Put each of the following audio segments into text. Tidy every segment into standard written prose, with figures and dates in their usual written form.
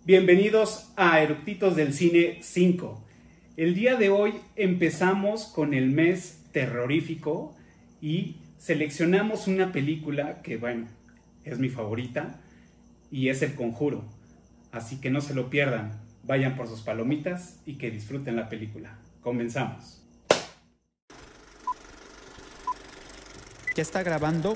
Bienvenidos a Eructitos del Cine 5. El día de hoy empezamos con el mes terrorífico y seleccionamos una película que, bueno, es mi favorita y es El Conjuro. Así que no se lo pierdan, vayan por sus palomitas y que disfruten la película. Comenzamos. ¿Ya está grabando?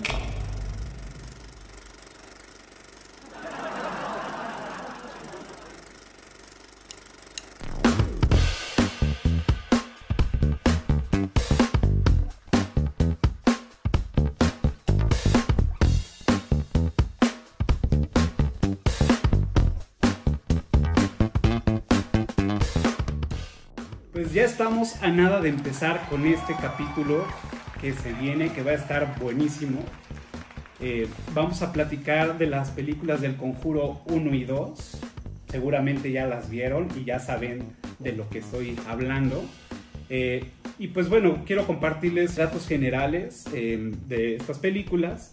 Pues ya estamos a nada de empezar con este capítulo que se viene, que va a estar buenísimo. Vamos a platicar de las películas del Conjuro 1 y 2. Seguramente ya las vieron y ya saben de lo que estoy hablando. Y pues bueno, quiero compartirles datos generales de estas películas.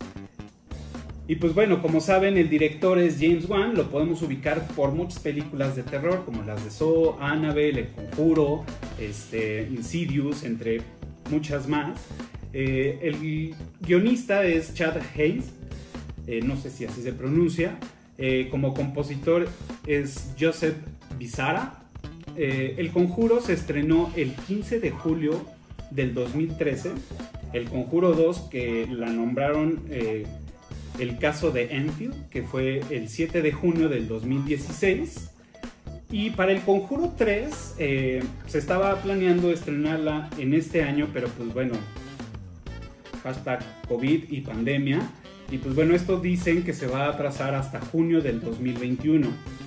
Y pues bueno, como saben, el director es James Wan. Lo podemos ubicar por muchas películas de terror como las de Saw, Annabelle, El Conjuro, Insidious, entre muchas más. El guionista es Chad Hayes, no sé si así se pronuncia. Como compositor es Joseph Bizarra. El Conjuro se estrenó el 15 de julio del 2013. El Conjuro 2, que la nombraron El caso de Enfield, que fue el 7 de junio del 2016. Y para El Conjuro 3 se estaba planeando estrenarla en este año, pero pues bueno, hashtag COVID y pandemia. Y pues bueno, esto dicen que se va a atrasar hasta junio del 2021.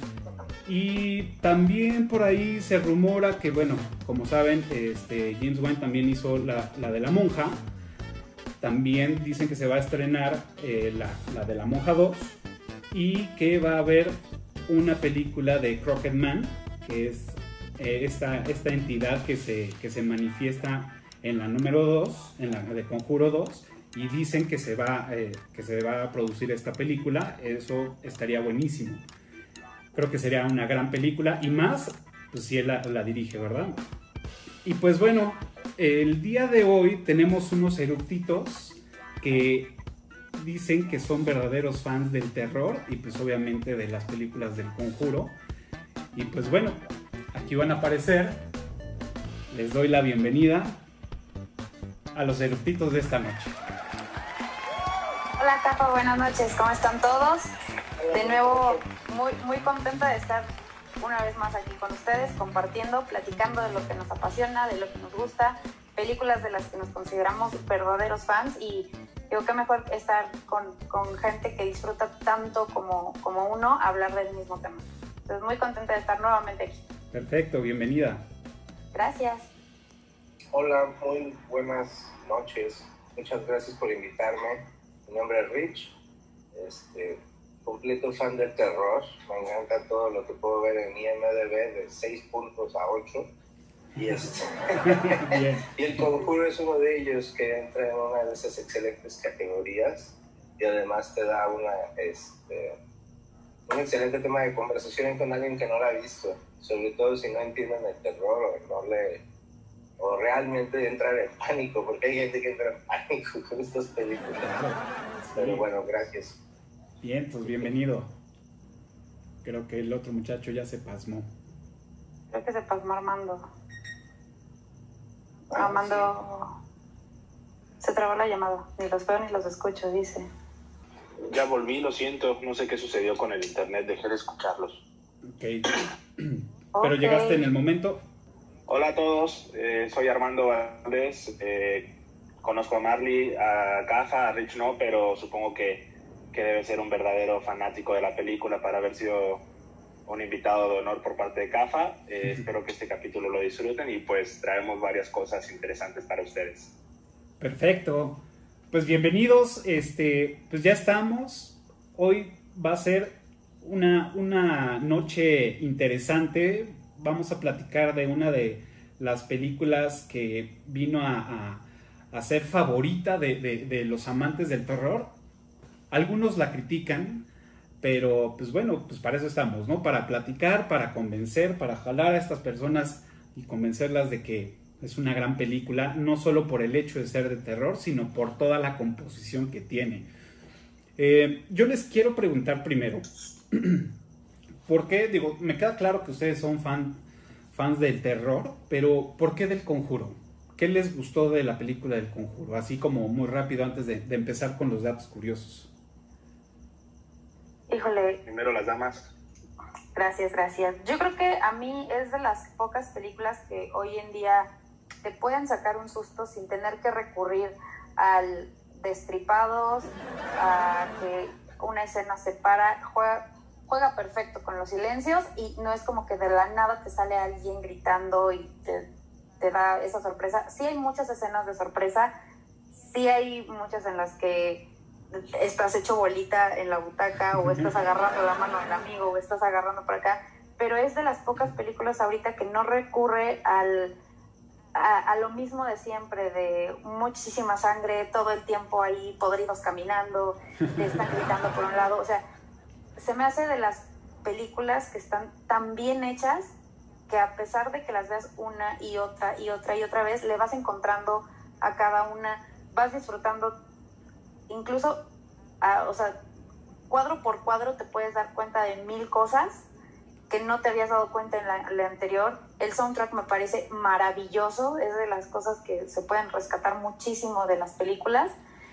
Y también por ahí se rumora que, bueno, como saben, James Wan también hizo la de la monja. También dicen que se va a estrenar la de la monja 2 y que va a haber una película de Crooked Man, que es esta entidad que se manifiesta en la número 2, en la de Conjuro 2, y dicen que se va a producir esta película. Eso estaría buenísimo. Creo que sería una gran película y más, pues si él la dirige, ¿verdad? Y pues bueno, el día de hoy tenemos unos eructitos que dicen que son verdaderos fans del terror y pues obviamente de las películas del Conjuro. Y pues bueno, aquí van a aparecer. Les doy la bienvenida a los eructitos de esta noche. Hola Cafa, buenas noches, ¿cómo están todos? De nuevo, muy contenta de estar una vez más aquí con ustedes, compartiendo, platicando de lo que nos apasiona, de lo que nos gusta, películas de las que nos consideramos verdaderos fans, y digo que mejor estar con gente que disfruta tanto como uno, hablar del mismo tema. Entonces muy contenta de estar nuevamente aquí. Perfecto, bienvenida. Gracias. Hola, muy buenas noches, muchas gracias por invitarme. Mi nombre es Rich, completo fan del terror, me encanta todo lo que puedo ver en IMDb de 6 puntos a 8 y, y El Conjuro es uno de ellos que entra en una de esas excelentes categorías y además te da un excelente tema de conversación con alguien que no la ha visto, sobre todo si no entienden el terror o realmente entrar en pánico, porque hay gente que entra en pánico con estas películas. Pero bueno, gracias. Bien, pues bienvenido. Creo que el otro muchacho ya se pasmó. Creo que se pasmó Armando. Armando, sí. Se trabó la llamada. Ni los veo ni los escucho, dice. Ya volví, lo siento. No sé qué sucedió con el internet. Dejé de escucharlos. Ok. Pero llegaste en el momento. Hola a todos. Soy Armando Valdés. Conozco a Marley, a Cafa, a Rich no, pero supongo que debe ser un verdadero fanático de la película para haber sido un invitado de honor por parte de Cafa. Espero que este capítulo lo disfruten y pues traemos varias cosas interesantes para ustedes. Perfecto. Pues bienvenidos, pues ya estamos. Hoy va a ser una noche interesante. Vamos a platicar de una de las películas que vino a ser favorita de los amantes del terror. Algunos la critican, pero pues bueno, pues para eso estamos, ¿no? Para platicar, para convencer, para jalar a estas personas y convencerlas de que es una gran película, no solo por el hecho de ser de terror, sino por toda la composición que tiene. Yo les quiero preguntar primero, ¿por qué? Digo, me queda claro que ustedes son fans del terror, pero ¿por qué del Conjuro? ¿Qué les gustó de la película del Conjuro? Así como muy rápido antes de empezar con los datos curiosos. Híjole. Primero las damas. Gracias. Yo creo que a mí es de las pocas películas que hoy en día te pueden sacar un susto sin tener que recurrir al destripados, a que una escena se para, juega perfecto con los silencios y no es como que de la nada te sale alguien gritando y te da esa sorpresa. Sí hay muchas escenas de sorpresa, sí hay muchas en las que estás hecho bolita en la butaca o estás agarrando la mano del amigo o estás agarrando por acá, pero es de las pocas películas ahorita que no recurre a lo mismo de siempre, de muchísima sangre, todo el tiempo ahí podridos caminando, te están gritando por un lado. O sea, se me hace de las películas que están tan bien hechas que a pesar de que las veas una y otra y otra y otra vez, le vas encontrando a cada una, vas disfrutando, incluso, o sea, cuadro por cuadro te puedes dar cuenta de 1000 cosas que no te habías dado cuenta en la anterior. El soundtrack me parece maravilloso, es de las cosas que se pueden rescatar muchísimo de las películas.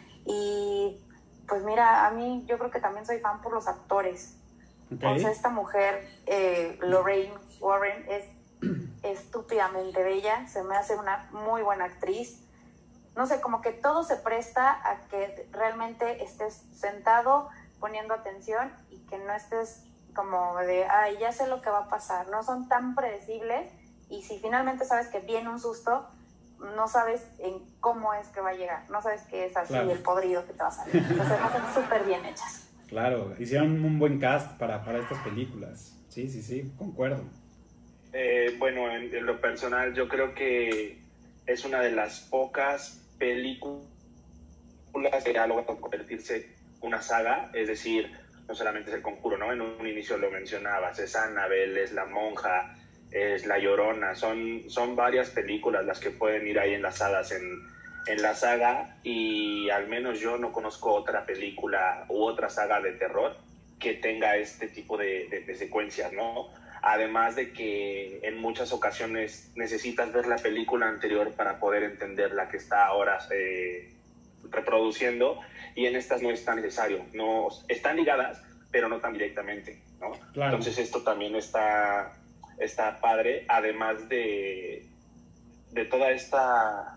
Y pues mira, a mí yo creo que también soy fan por los actores. Okay. O sea, esta mujer, Lorraine Warren, es estúpidamente bella, se me hace una muy buena actriz. No sé, como que todo se presta a que realmente estés sentado poniendo atención y que no estés como de, ay, ya sé lo que va a pasar. No son tan predecibles y si finalmente sabes que viene un susto, no sabes en cómo es que va a llegar. No sabes que es así, claro, el podrido que te va a salir. Entonces, son súper bien hechas. Claro, hicieron un buen cast para estas películas. Sí, concuerdo. Bueno, en lo personal, yo creo que es una de las pocas películas que ha logrado convertirse en una saga, es decir, no solamente es El Conjuro, ¿no? En un inicio lo mencionabas, es Annabelle, es La Monja, es La Llorona, son varias películas las que pueden ir ahí enlazadas en la saga, y al menos yo no conozco otra película u otra saga de terror que tenga este tipo de secuencias, ¿no? Además de que en muchas ocasiones necesitas ver la película anterior para poder entender la que está ahora reproduciendo, y en estas no es tan necesario, no están ligadas, pero no tan directamente, ¿no? Claro. Entonces esto también está padre, además de toda esta...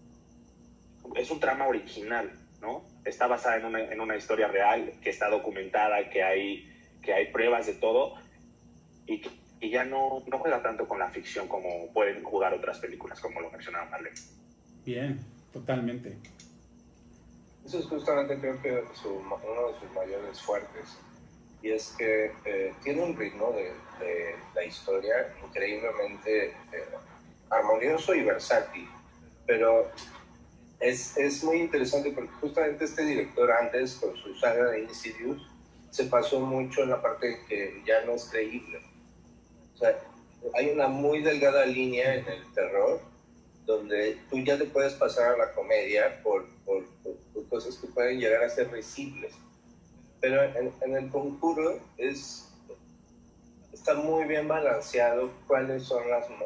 Es un trama original, ¿no? Está basada en una historia real, que está documentada, que hay pruebas de todo, y ya no juega tanto con la ficción como pueden jugar otras películas, como lo mencionaba Marlene. Bien, totalmente. Eso es justamente, creo que uno de sus mayores fuertes, y es que tiene un ritmo de la historia increíblemente armonioso y versátil, pero es muy interesante porque justamente este director antes, con su saga de Insidious, se pasó mucho en la parte que ya no es creíble. O sea, hay una muy delgada línea en el terror donde tú ya te puedes pasar a la comedia por cosas que pueden llegar a ser risibles. Pero en El Conjuro está muy bien balanceado cuáles son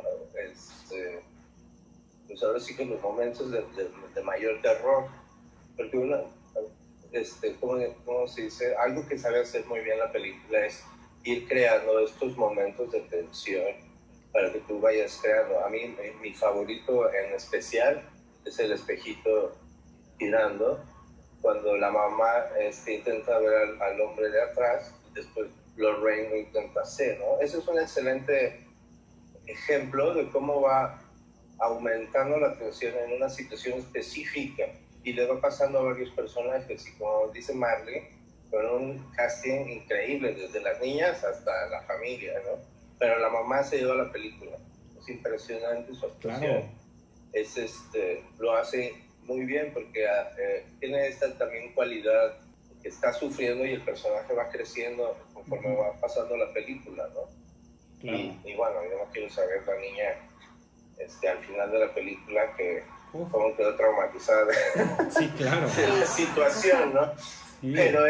pues ahora sí que los momentos de mayor terror. Porque ¿cómo se dice? Algo que sabe hacer muy bien la película es ir creando estos momentos de tensión para que tú vayas creando. A mí, mi favorito en especial es el espejito girando, cuando la mamá intenta ver al hombre de atrás, y después Lorraine lo intenta hacer, ¿no? Ese es un excelente ejemplo de cómo va aumentando la tensión en una situación específica y le va pasando a varios personajes, y como dice Marley, con un casting increíble, desde las niñas hasta la familia, ¿no? Pero la mamá se lleva la película, es impresionante su actuación. Claro. Lo hace muy bien porque tiene esta también cualidad está sufriendo y el personaje va creciendo conforme va pasando la película, ¿no? Claro. Y bueno, yo no quiero saber la niña al final de la película que cómo quedó traumatizada sí, claro. de la situación, ¿no? Sí. Pero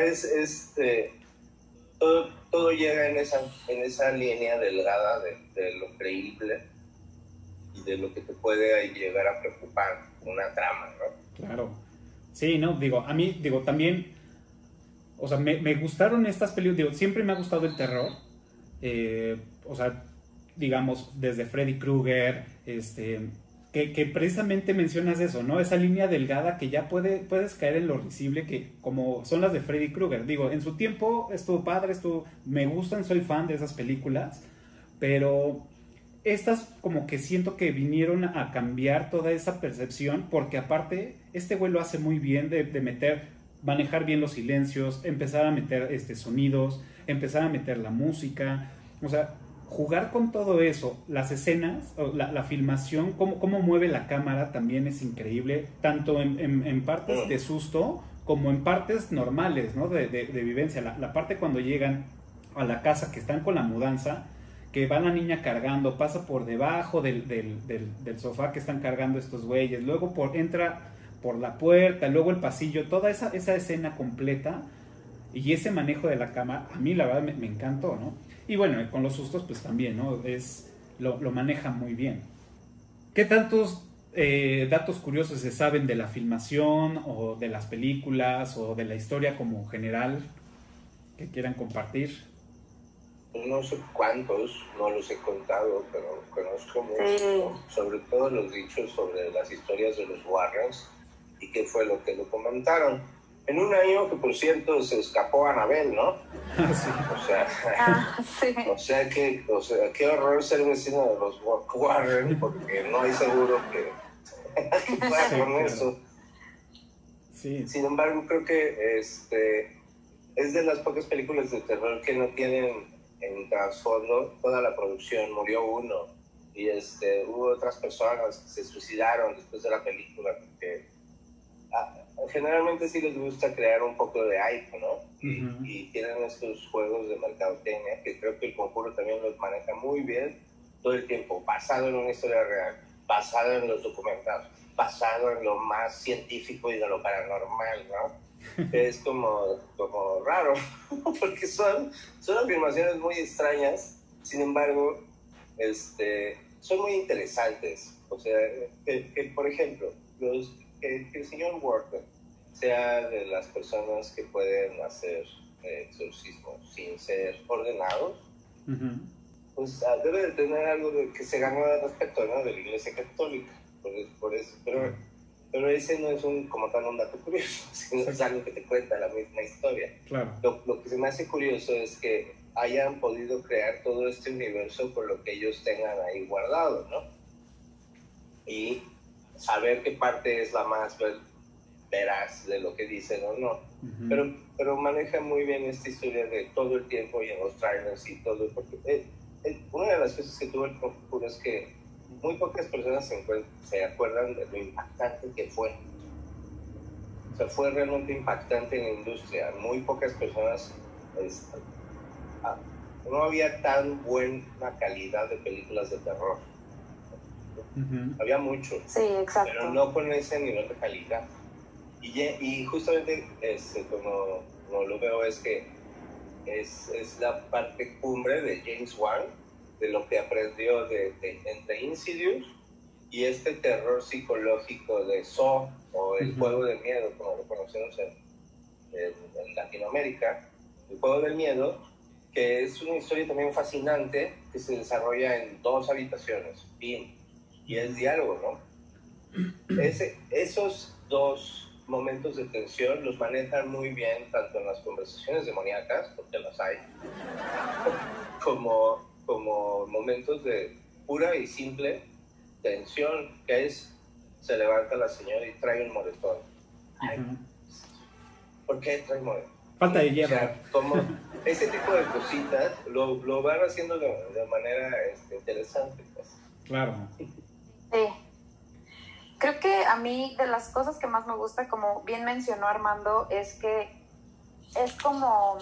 todo llega en esa línea delgada de lo creíble y de lo que te puede llegar a preocupar una trama, ¿no? Claro. Sí, no, a mí, también, o sea, me gustaron estas películas, siempre me ha gustado el terror, o sea, digamos, desde Freddy Krueger, que precisamente mencionas eso, ¿no? Esa línea delgada que ya puedes caer en lo risible, que como son las de Freddy Krueger. En su tiempo estuvo padre, me gustan, soy fan de esas películas, pero estas como que siento que vinieron a cambiar toda esa percepción, porque aparte este güey lo hace muy bien de manejar bien los silencios, empezar a meter sonidos, empezar a meter la música, o sea, jugar con todo eso, las escenas, la filmación, cómo mueve la cámara también es increíble, tanto en partes de susto como en partes normales, ¿no? de vivencia. La parte cuando llegan a la casa, que están con la mudanza, que va la niña cargando, pasa por debajo del sofá que están cargando estos güeyes, luego entra por la puerta, luego el pasillo, toda esa escena completa y ese manejo de la cámara, a mí la verdad me encantó, ¿no? Y bueno, con los sustos pues también, ¿no? Lo maneja muy bien. ¿Qué tantos datos curiosos se saben de la filmación o de las películas o de la historia como general que quieran compartir? No sé cuántos, no los he contado, pero conozco muchos, ¿no? Sobre todo los dichos sobre las historias de los Warrens y qué fue lo que documentaron. En un año que, por cierto, se escapó Annabelle, ¿no? Sí. O sea, qué horror ser vecino de los Warren, porque no hay seguro que pueda con eso. Sí. Sin embargo, creo que es de las pocas películas de terror que no tienen en trasfondo toda la producción. Murió uno y hubo otras personas que se suicidaron después de la película, porque generalmente sí les gusta crear un poco de hype, ¿no? Y tienen estos juegos de mercadotecnia que creo que El Conjuro también los maneja muy bien todo el tiempo, basado en una historia real, basado en los documentados, basado en lo más científico y de lo paranormal, ¿no? Es como raro, porque son afirmaciones muy extrañas, sin embargo, son muy interesantes. O sea, que por ejemplo, que el señor Wharton sea de las personas que pueden hacer exorcismos sin ser ordenados, pues debe de tener algo que se ganó de respeto, ¿no? De la Iglesia Católica, por eso, pero ese no es como tal un dato curioso, sino es algo que te cuenta la misma historia. Claro. Lo que se me hace curioso es que hayan podido crear todo este universo por lo que ellos tengan ahí guardado, ¿no? Y saber qué parte es la más veraz de lo que dicen o no. Pero maneja muy bien esta historia de todo el tiempo y en los trailers y todo, porque una de las cosas que tuvo El Conjuro es que muy pocas personas se acuerdan de lo impactante que fue. O sea, fue realmente impactante en la industria. Muy pocas personas... no había tan buena calidad de películas de terror. Había mucho, sí, exacto, pero no con ese nivel de calidad. Y justamente como lo veo es que es la parte cumbre de James Wan, de lo que aprendió entre Insidious y este terror psicológico de Saw, o el juego del miedo, como lo conocemos en Latinoamérica. El juego del miedo, que es una historia también fascinante, que se desarrolla en 2 habitaciones, y es diálogo, ¿no? Esos 2 momentos de tensión los manejan muy bien, tanto en las conversaciones demoníacas, porque las hay, como momentos de pura y simple tensión, que es, se levanta la señora y trae un moretón. Ay, ¿por qué trae moretón? Falta de hierro. O sea, como ese tipo de cositas lo van haciendo de manera interesante, pues. Claro. Sí. Creo que a mí de las cosas que más me gusta, como bien mencionó Armando, es que es como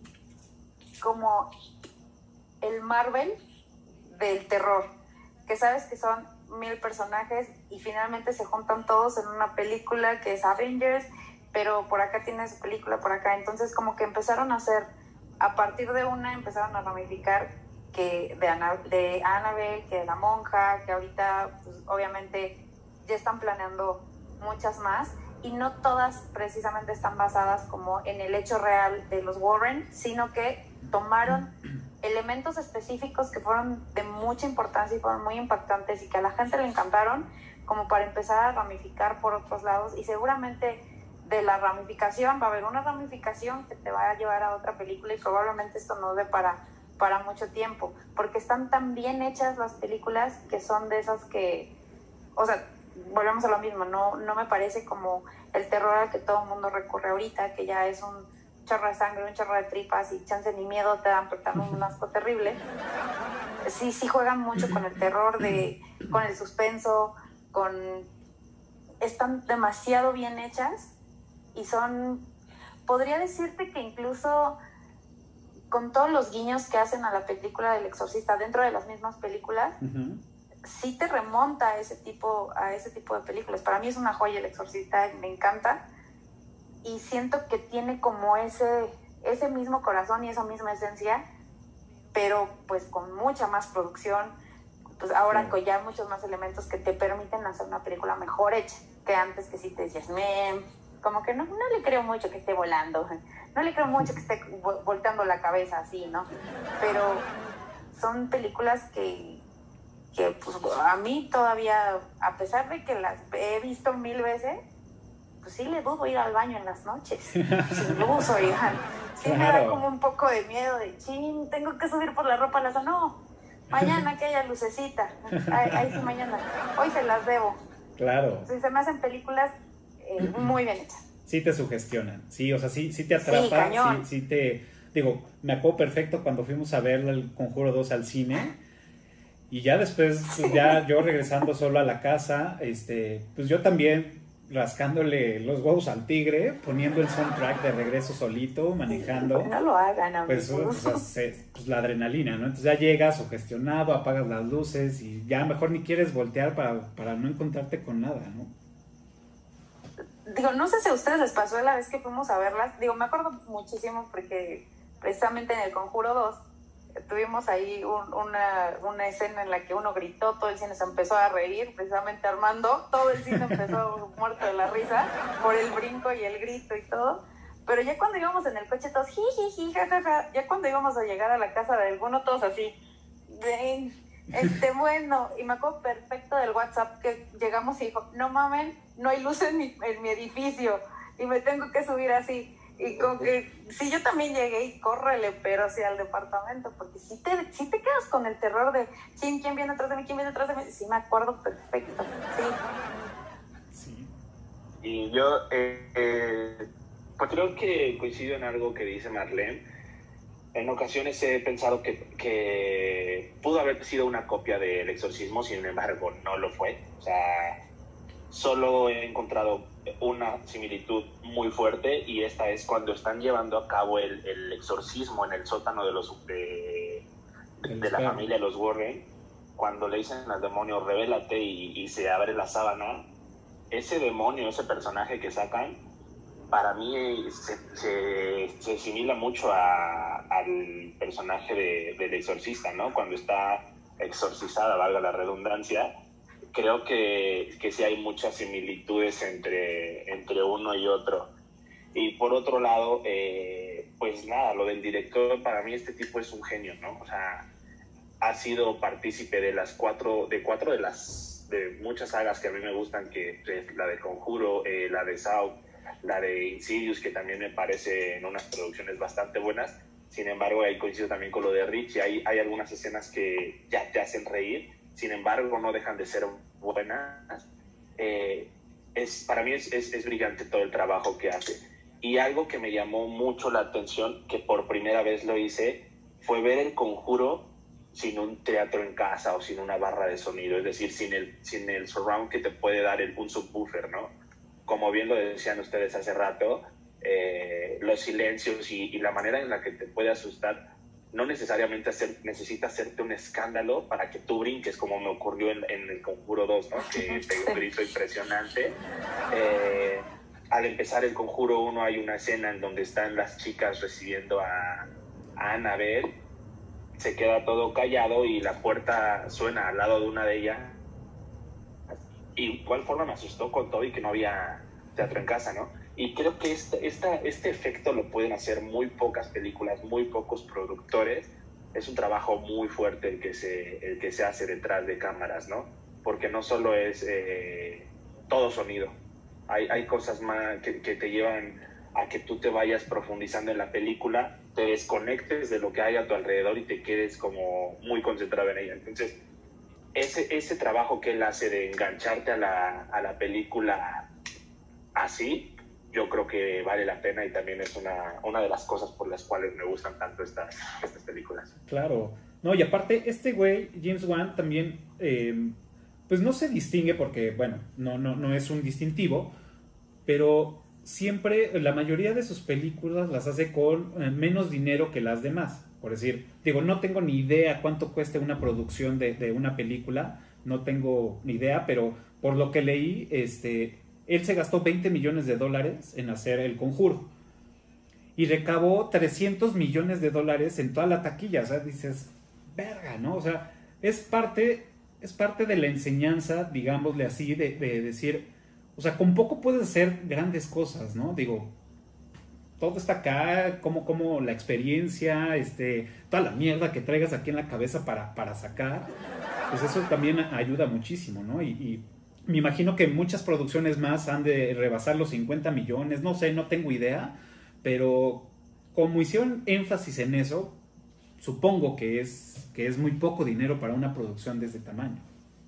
el Marvel del terror, que sabes que son 1000 personajes y finalmente se juntan todos en una película que es Avengers, pero por acá tiene su película por acá. Entonces como que empezaron a hacer, a partir de una empezaron a ramificar que de Annabelle, que de la monja, que ahorita pues, obviamente ya están planeando muchas más, y no todas precisamente están basadas como en el hecho real de los Warren, sino que tomaron elementos específicos que fueron de mucha importancia y fueron muy impactantes y que a la gente le encantaron, como para empezar a ramificar por otros lados. Y seguramente de la ramificación va a haber una ramificación que te va a llevar a otra película, y probablemente esto no dé para mucho tiempo, porque están tan bien hechas las películas que son de esas que, o sea, volvemos a lo mismo, no me parece como el terror al que todo el mundo recurre ahorita, que ya es un chorro de sangre, un chorro de tripas y chance ni miedo te dan, pero también un asco terrible. Sí juegan mucho con el terror, con el suspenso, están demasiado bien hechas y podría decirte que incluso con todos los guiños que hacen a la película del Exorcista dentro de las mismas películas, uh-huh, sí te remonta a ese tipo de películas. Para mí es una joya El Exorcista, me encanta, y siento que tiene como ese mismo corazón y esa misma esencia, pero pues con mucha más producción, pues ahora sí, con ya muchos más elementos que te permiten hacer una película mejor hecha que antes, que sí te decías, como que no le creo mucho que esté volando, no le creo mucho que esté volteando la cabeza así, ¿no? Pero son películas que pues a mí todavía, a pesar de que las he visto 1000 veces, pues sí le dudo ir al baño en las noches, sin luz, oigan. Sí, claro, me da como un poco de miedo de, tengo que subir por la ropa a la zona. No, mañana que haya lucecita, ahí sí mañana, hoy se las debo. Claro. Sí, se me hacen películas muy bien hechas. Sí te sugestionan, sí, o sea, sí te atrapa, sí, cañón. Sí te... Digo, me acuerdo perfecto cuando fuimos a ver El Conjuro 2 al cine, y ya después, pues ya yo regresando solo a la casa, pues yo también rascándole los huevos al tigre, poniendo el soundtrack de regreso solito, manejando. No lo hagan, pues la adrenalina, ¿no? Entonces ya llegas sugestionado, apagas las luces y ya mejor ni quieres voltear para no encontrarte con nada, ¿no? Digo, no sé si a ustedes les pasó la vez que fuimos a verlas. Digo, me acuerdo muchísimo porque precisamente en El Conjuro 2 tuvimos ahí una escena en la que uno gritó, todo el cine se empezó a reír, precisamente Armando, todo el cine empezó muerto de la risa por el brinco y el grito y todo. Pero ya cuando íbamos en el coche todos, jiji, jajaja, ya cuando íbamos a llegar a la casa de alguno, todos así, bueno, y me acuerdo perfecto del WhatsApp que llegamos y dijo, no mamen, no hay luz en mi edificio y me tengo que subir así. Y como que sí, yo también llegué y córrele, pero hacia el departamento, porque sí te quedas con el terror de quién viene atrás de mí, sí me acuerdo perfecto, sí. Y yo pues creo que coincido en algo que dice Marlene. En ocasiones he pensado que pudo haber sido una copia del Exorcismo, sin embargo no lo fue. O sea, solo he encontrado una similitud muy fuerte, y esta es cuando están llevando a cabo el exorcismo en el sótano de la familia de los Warren, cuando le dicen al demonio revélate y se abre la sábana. Ese demonio, ese personaje que sacan, para mí se asimila mucho al personaje del exorcista, ¿no? Cuando está exorcizada, valga la redundancia. Creo que sí hay muchas similitudes entre uno y otro. Y por otro lado, pues nada, lo del director, para mí este tipo es un genio, ¿no? O sea, ha sido partícipe de de muchas sagas que a mí me gustan, que es la de Conjuro, la de Saw, la de Insidious, que también me parece en unas producciones bastante buenas. Sin embargo, ahí coincido también con lo de Rich, y hay algunas escenas que ya te hacen reír, sin embargo no dejan de ser buenas. Para mí es brillante todo el trabajo que hace. Y algo que me llamó mucho la atención, que por primera vez lo hice, fue ver El Conjuro sin un teatro en casa o sin una barra de sonido, es decir, sin el surround que te puede dar un subwoofer, ¿no? Como bien lo decían ustedes hace rato, los silencios y la manera en la que te puede asustar. No necesariamente necesita hacerte un escándalo para que tú brinques, como me ocurrió en El Conjuro 2, ¿no? Que pegué un grito impresionante. Al empezar El Conjuro 1 hay una escena en donde están las chicas recibiendo a Annabelle. Se queda todo callado y la puerta suena al lado de una de ellas. Y de igual forma me asustó con todo y que no había teatro en casa, ¿no? Y creo que este efecto lo pueden hacer muy pocas películas, muy pocos productores. Es un trabajo muy fuerte el que se hace detrás de cámaras, ¿no? Porque no solo es todo sonido. Hay cosas más que te llevan a que tú te vayas profundizando en la película, te desconectes de lo que hay a tu alrededor y te quedes como muy concentrado en ella. Entonces, ese trabajo que él hace de engancharte a la película así, yo creo que vale la pena y también es una de las cosas por las cuales me gustan tanto estas películas. Claro. No, y aparte, este güey, James Wan, también, pues no se distingue porque, bueno, no es un distintivo, pero siempre, la mayoría de sus películas las hace con menos dinero que las demás. Por decir, digo, no tengo ni idea cuánto cuesta una producción de una película, no tengo ni idea, pero por lo que leí, él se gastó $20 millones en hacer El Conjuro y recabó $300 millones en toda la taquilla. O sea, dices, verga, ¿no? O sea, es parte de la enseñanza, digámosle así, de decir, o sea, con poco puedes hacer grandes cosas, ¿no? Digo, todo está acá, como la experiencia, toda la mierda que traigas aquí en la cabeza para sacar, pues eso también ayuda muchísimo, ¿no? Y me imagino que muchas producciones más han de rebasar los 50 millones, no sé, no tengo idea, pero como hicieron énfasis en eso, supongo que es muy poco dinero para una producción de ese tamaño.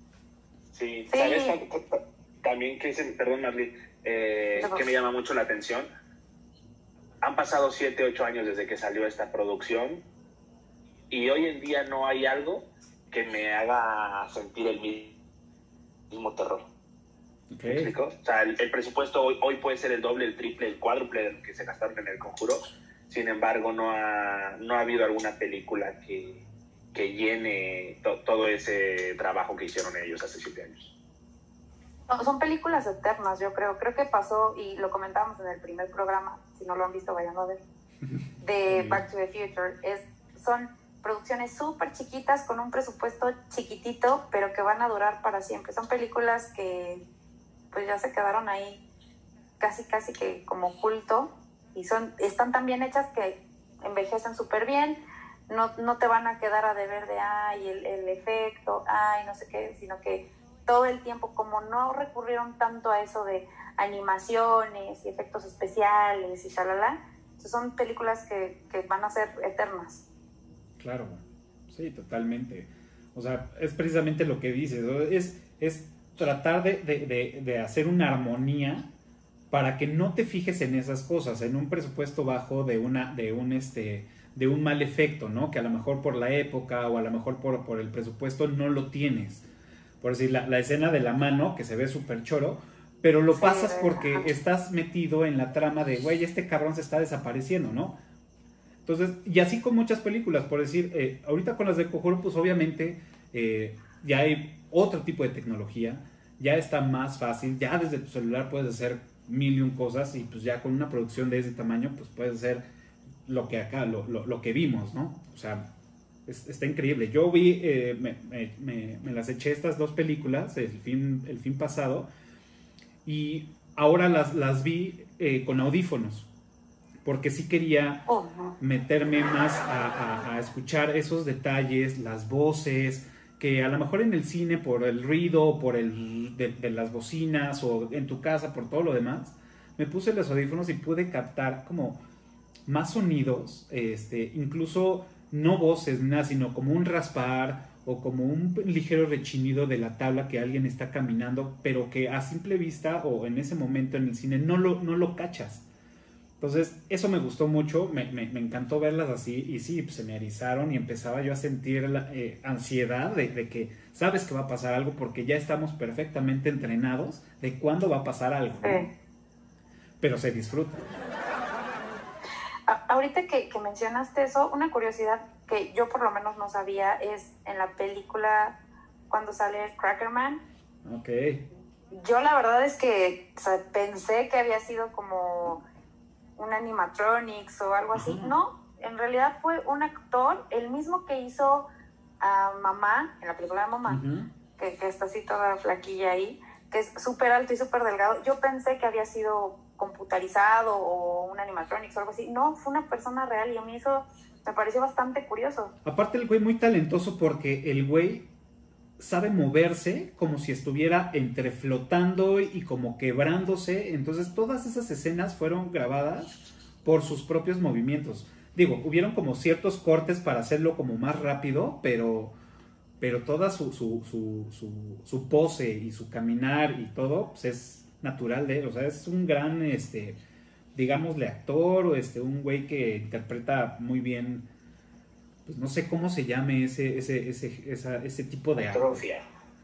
Sí, ¿sabes? También perdón Marley, que me llama mucho la atención. Han pasado 7, 8 años desde que salió esta producción y hoy en día no hay algo que me haga sentir el mismo terror. Okay. ¿Me explico? O sea, el presupuesto hoy puede ser el doble, el triple, el cuádruple de lo que se gastaron en El Conjuro. Sin embargo, no ha habido alguna película que llene todo ese trabajo que hicieron ellos hace 7 años. No, son películas eternas, yo creo. Creo que pasó, y lo comentábamos en el primer programa, si no lo han visto, vayan a ver, de Back to the Future. Son producciones súper chiquitas con un presupuesto chiquitito, pero que van a durar para siempre. Son películas que pues ya se quedaron ahí casi que como culto, y están tan bien hechas que envejecen súper bien. No te van a quedar a deber de el efecto, no sé qué, sino que todo el tiempo, como no recurrieron tanto a eso de animaciones y efectos especiales y shalala, son películas que van a ser eternas. Claro, sí, totalmente. O sea, es precisamente lo que dices, ¿no? Es tratar de hacer una armonía para que no te fijes en esas cosas, en un presupuesto bajo de un mal efecto, ¿no? Que a lo mejor por la época o a lo mejor por el presupuesto no lo tienes. Por decir, la escena de la mano, que se ve súper choro, pero lo pasas porque estás metido en la trama de, güey, este cabrón se está desapareciendo, ¿no? Entonces, y así con muchas películas, por decir, ahorita con las de Conjuro, pues obviamente ya hay otro tipo de tecnología, ya está más fácil, ya desde tu celular puedes hacer 1000 cosas y pues ya con una producción de ese tamaño, pues puedes hacer lo que acá, lo que vimos, ¿no? O sea, está increíble. Yo vi, me las eché estas 2 películas el fin pasado y ahora las vi con audífonos, porque sí quería meterme más a escuchar esos detalles, las voces, que a lo mejor en el cine por el ruido, por de las bocinas, o en tu casa por todo lo demás, me puse los audífonos y pude captar como más sonidos, incluso no voces, nada, sino como un raspar o como un ligero rechinido de la tabla que alguien está caminando, pero que a simple vista o en ese momento en el cine no lo cachas. Entonces, eso me gustó mucho, me encantó verlas así, y sí, pues, se me erizaron y empezaba yo a sentir la ansiedad de que sabes que va a pasar algo, porque ya estamos perfectamente entrenados de cuándo va a pasar algo, ¿no? Pero se disfruta. Ahorita que mencionaste eso, una curiosidad que yo por lo menos no sabía es en la película cuando sale Crackerman. Ok. Yo la verdad es que, o sea, pensé que había sido como un animatronics o algo así. No, en realidad fue un actor, el mismo que hizo a Mamá, en la película de Mamá, que está así toda flaquilla ahí, que es súper alto y súper delgado. Yo pensé que había sido computarizado o un animatronics o algo así. No, fue una persona real y a mí eso me pareció bastante curioso. Aparte el güey muy talentoso porque el güey sabe moverse como si estuviera entre flotando y como quebrándose. Entonces todas esas escenas fueron grabadas por sus propios movimientos. Digo, hubieron como ciertos cortes para hacerlo como más rápido, pero toda su pose y su caminar y todo pues es natural de él. O sea, es un gran, digámosle, actor o un güey que interpreta muy bien. Pues no sé cómo se llame ese tipo de atrofia.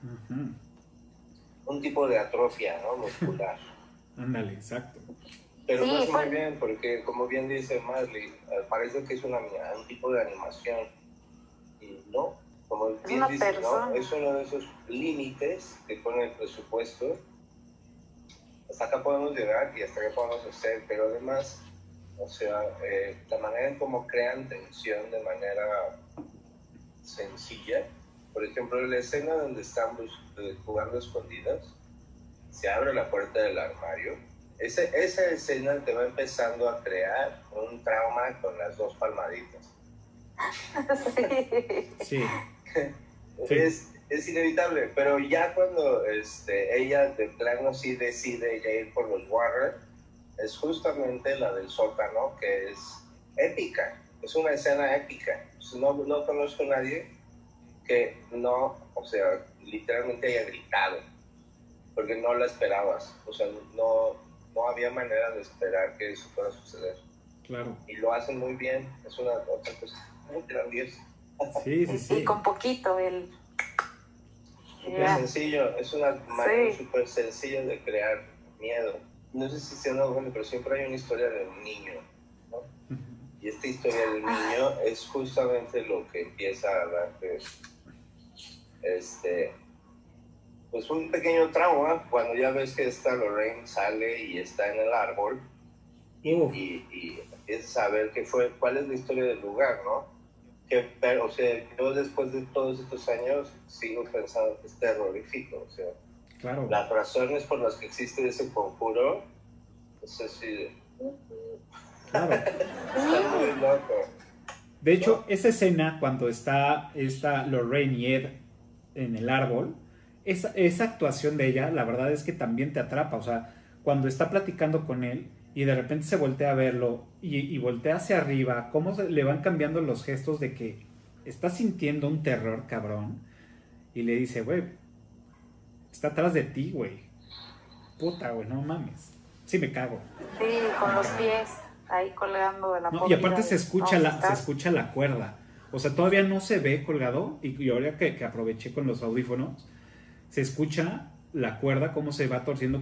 Un tipo de atrofia, ¿no? Muscular. Ándale, exacto. Pero lo hace muy bien porque, como bien dice Marley, parece que es un tipo de animación. Y no, como bien dice, ¿no? Es uno de esos límites que pone el presupuesto. Hasta acá podemos llegar y hasta acá podemos hacer, pero además... O sea, la manera en cómo crean tensión de manera sencilla. Por ejemplo, en la escena donde están jugando escondidas, se abre la puerta del armario. Esa escena te va empezando a crear un trauma con las dos palmaditas. Sí. Es inevitable, pero ya cuando ella de plano sí decide ya ir por los Warren, es justamente la del sótano, que es épica, es una escena épica. No conozco a nadie que no, o sea, literalmente haya gritado, porque no la esperabas, o sea, no había manera de esperar que eso fuera a suceder. Claro. Y lo hacen muy bien, es una otra cosa muy grandiosa. Sí. Y con poquito, Súper sencillo, es una manera súper sencilla de crear miedo. No sé si se han dado cuenta, pero siempre hay una historia de un niño, ¿no? Y esta historia del niño es justamente lo que empieza a darte pues un pequeño trauma cuando ya ves que esta Lorraine sale y está en el árbol y empiezas a ver cuál es la historia del lugar, ¿no? O sea, yo después de todos estos años sigo pensando que es terrorífico, o sea, claro. Las razones por las que existe ese conjuro, es así. Claro. Está muy loco. De hecho, esa escena cuando está Lorraine y Ed en el árbol, esa actuación de ella, la verdad es que también te atrapa. O sea, cuando está platicando con él y de repente se voltea a verlo y voltea hacia arriba, cómo le van cambiando los gestos de que está sintiendo un terror cabrón y le dice, güey, está atrás de ti, güey. Puta, güey, no mames. Sí me cago. Sí, con los pies ahí colgando de la no, y aparte se escucha la cuerda. O sea, todavía no se ve colgado. Y ahora que aproveché con los audífonos, se escucha la cuerda, cómo se va torciendo.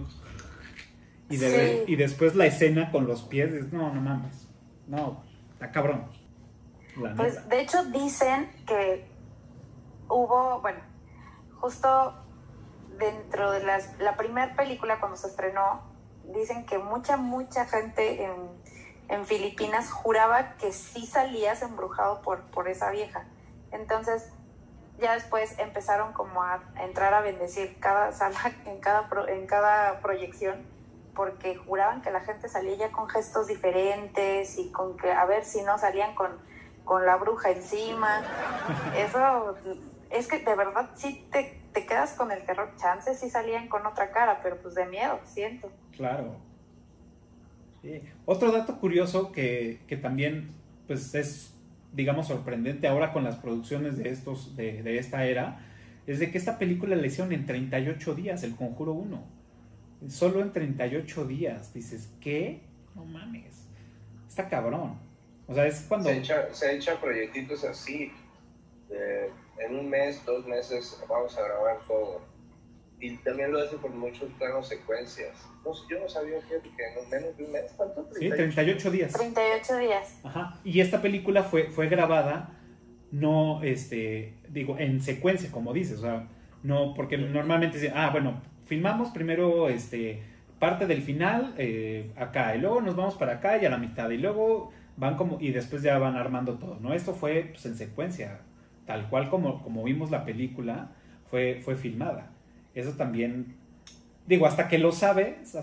Y después la escena con los pies. No mames. No, está cabrón. Pues neta. De hecho dicen que hubo, bueno, justo dentro de la primera película cuando se estrenó, dicen que mucha gente en Filipinas juraba que sí salías embrujado por esa vieja. Entonces ya después empezaron como a entrar a bendecir cada sala en cada proyección, porque juraban que la gente salía ya con gestos diferentes y con que a ver si no salían con la bruja encima. Eso es que de verdad sí te quedas con el terror. Chances sí salían con otra cara, pero pues de miedo, siento. Claro. Sí. Otro dato curioso que también pues es, digamos, sorprendente ahora con las producciones de esta era, es de que esta película la hicieron en 38 días, El Conjuro 1. Solo en 38 días. Dices, ¿qué? No mames. Está cabrón. O sea, es cuando... Se echa proyectitos así. En un mes, 2 meses, vamos a grabar todo. Y también lo hace con muchos planos secuencias. No sé, yo no sabía que en menos de un mes, ¿cuánto? Sí, 38 días. 38 días. Ajá. Y esta película fue grabada, no, digo, en secuencia, como dices, o sea, no, porque normalmente dicen, bueno, filmamos primero, parte del final, acá, y luego nos vamos para acá y a la mitad, y luego van como, y después ya van armando todo, ¿no? Esto fue, pues, en secuencia, tal cual como vimos la película, fue filmada. Eso también, digo, hasta que lo sabes,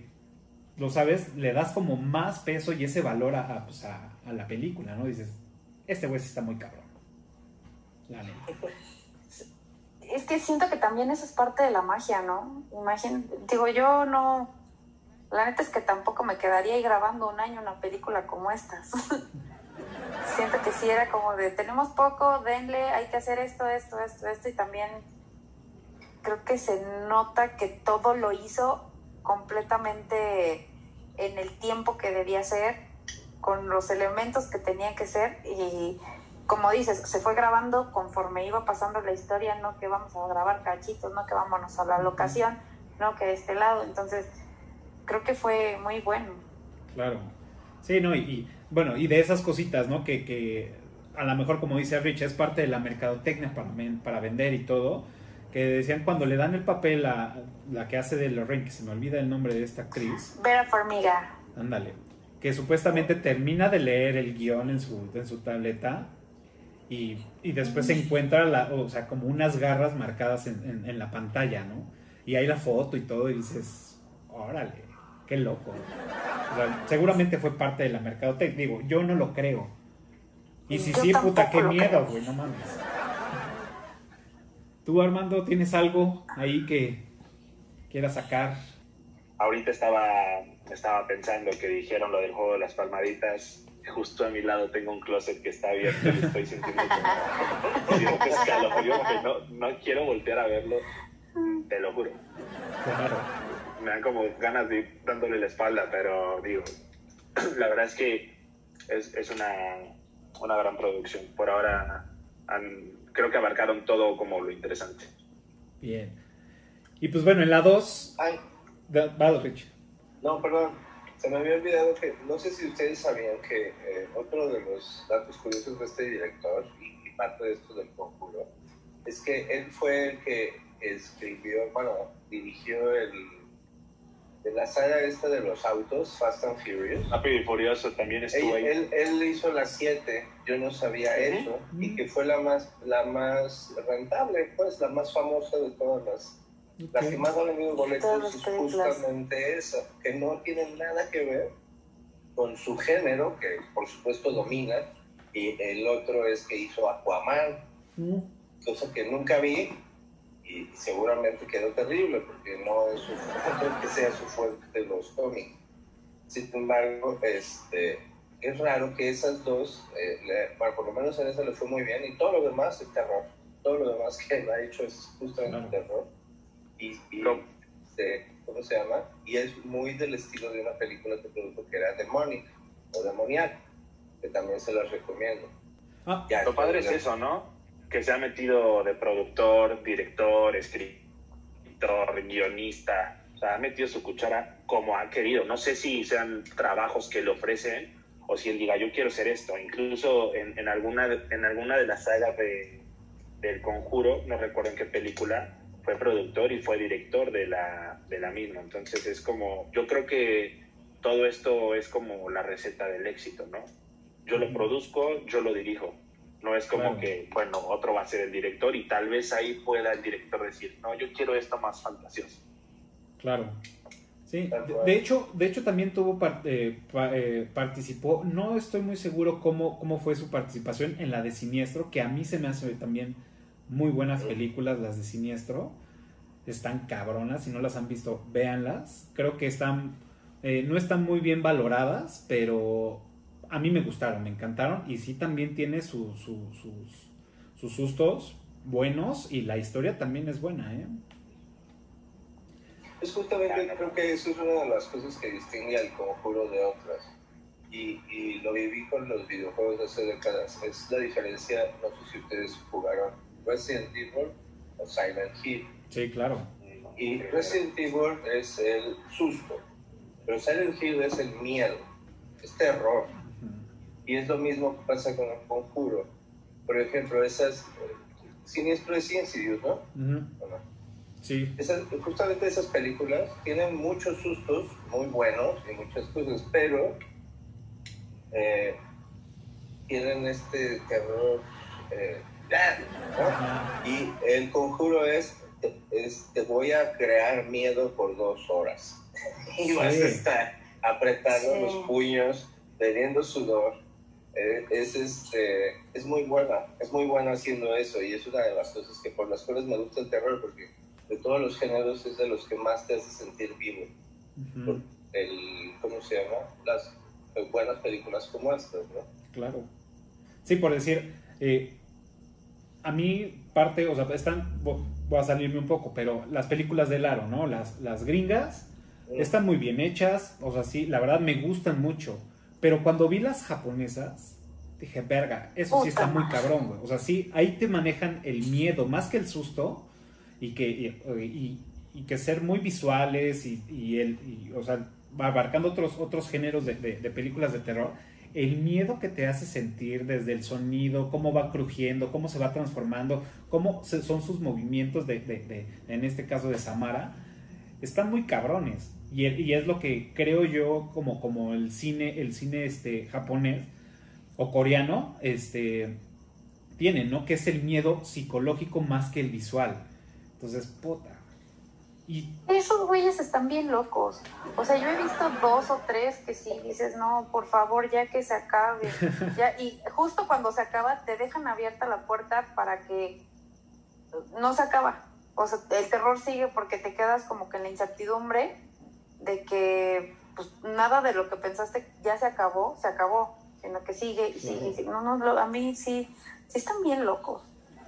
le das como más peso y ese valor a la película, ¿no? Dices, este güey sí está muy cabrón. La neta. Es que siento que también eso es parte de la magia, ¿no? Digo, yo no... La neta es que tampoco me quedaría ahí grabando un año una película como estas. Siento que sí era como de, tenemos poco, denle, hay que hacer esto, y también creo que se nota que todo lo hizo completamente en el tiempo que debía ser, con los elementos que tenía que ser, y como dices, se fue grabando conforme iba pasando la historia, no que vamos a grabar cachitos, no que vámonos a la locación, no que de este lado. Entonces creo que fue muy bueno. Claro, sí, no, bueno, y de esas cositas, ¿no? Que a lo mejor, como dice Rich, es parte de la mercadotecnia para vender y todo, que decían cuando le dan el papel a la que hace de Lorraine, que se me olvida el nombre de esta actriz. Vera Farmiga. Ándale, que supuestamente termina de leer el guión en su tableta y después se encuentra, como unas garras marcadas en la pantalla, ¿no? Y hay la foto y todo y dices, órale, qué loco. O sea, seguramente fue parte de la mercadotecnia, digo, yo no lo creo. Y si sí, puta, qué miedo, güey, no mames. ¿Tú, Armando, tienes algo ahí que quieras sacar? Ahorita estaba pensando que dijeron lo del juego de las palmaditas. Justo a mi lado tengo un closet que está abierto y estoy sintiendo siento escalofrío, que no quiero voltear a verlo, te lo juro. Claro. Me dan como ganas de ir dándole la espalda, pero digo, la verdad es que es una gran producción. Por ahora creo que abarcaron todo como lo interesante. Bien. Y pues bueno, en la 2... Va, Rich. No, perdón. Se me había olvidado que, no sé si ustedes sabían que otro de los datos curiosos de este director, y parte de esto del Conjuro, es que él fue el que dirigió de la saga esta de los autos, Fast and Furious. Rápido y Furioso también estuvo ahí. Él hizo las 7, yo no sabía eso, y que fue la más rentable, pues, la más famosa de todas las que más han vendido boletos, es justamente esa, que no tiene nada que ver con su género, que por supuesto domina, y el otro es que hizo Aquaman, cosa que nunca vi, y seguramente quedó terrible, porque no creo que sea su fuerte de los cómics. Sin embargo, es raro que esas dos, por lo menos en esa le fue muy bien, y todo lo demás es terror. Todo lo demás que él ha hecho es justamente terror. ¿Cómo se llama? Y es muy del estilo de una película que produjo que era Demonic o Demoniac, que también se las recomiendo. Lo padre es eso, ¿no? Que se ha metido de productor, director, escritor, guionista. O sea, ha metido su cuchara como ha querido. No sé si sean trabajos que le ofrecen o si él diga, yo quiero hacer esto. Incluso en alguna de las sagas del Conjuro, no recuerdo en qué película, fue productor y fue director de la misma. Entonces es como, yo creo que todo esto es como la receta del éxito, ¿no? Yo lo produzco, yo lo dirijo. No es como que, bueno, otro va a ser el director y tal vez ahí pueda el director decir, no, yo quiero esto más fantasioso. Claro. Sí, de hecho también participó, no estoy muy seguro cómo fue su participación en la de Siniestro, que a mí se me hace también muy buenas películas las de Siniestro, están cabronas, si no las han visto, véanlas, creo que no están muy bien valoradas, pero a mí me gustaron, me encantaron, y sí también tiene sus sustos buenos, y la historia también es buena, ¿eh? Pues justamente creo que eso es una de las cosas que distingue al Conjuro de otras, y lo viví con los videojuegos de hace décadas. Es la diferencia, no sé si ustedes jugaron Resident Evil o Silent Hill. Sí, claro. Y Resident Evil es el susto, pero Silent Hill es el miedo, es terror. Y es lo mismo que pasa con el Conjuro. Por ejemplo, esas... Siniestro es Insidious, ¿no? ¿O no? Sí. Justamente esas películas tienen muchos sustos muy buenos y muchas cosas, pero tienen este terror, ¿no? Y el Conjuro es te voy a crear miedo por 2 horas y vas a estar apretando los puños, teniendo sudor. Es muy buena haciendo eso, y es una de las cosas que por las cuales me gusta el terror, porque de todos los géneros es de los que más te hace sentir vivo. Por ¿cómo se llama? Las buenas películas como estas, ¿no? Claro. Sí, por decir, a mí parte, o sea, voy a salirme un poco, pero las películas del aro, ¿no? Las gringas están muy bien hechas, o sea, sí, la verdad me gustan mucho. Pero cuando vi las japonesas, dije, verga, eso sí está muy cabrón, güey. O sea, sí, ahí te manejan el miedo más que el susto, y que ser muy visuales y o sea, va abarcando otros géneros de películas de terror. El miedo que te hace sentir desde el sonido, cómo va crujiendo, cómo se va transformando, cómo son sus movimientos en este caso de Samara, están muy cabrones. Y es lo que creo yo como el cine japonés o coreano tiene, ¿no? Que es el miedo psicológico más que el visual. Entonces, puta. Y esos güeyes están bien locos. O sea, yo he visto 2 o 3 que sí dices, no, por favor, ya que se acabe. Ya, y justo cuando se acaba, te dejan abierta la puerta para que no se acaba. O sea, el terror sigue porque te quedas como que en la incertidumbre de que pues nada de lo que pensaste ya se acabó, sino que sigue y sigue y sigue. No, a mí sí están bien locos.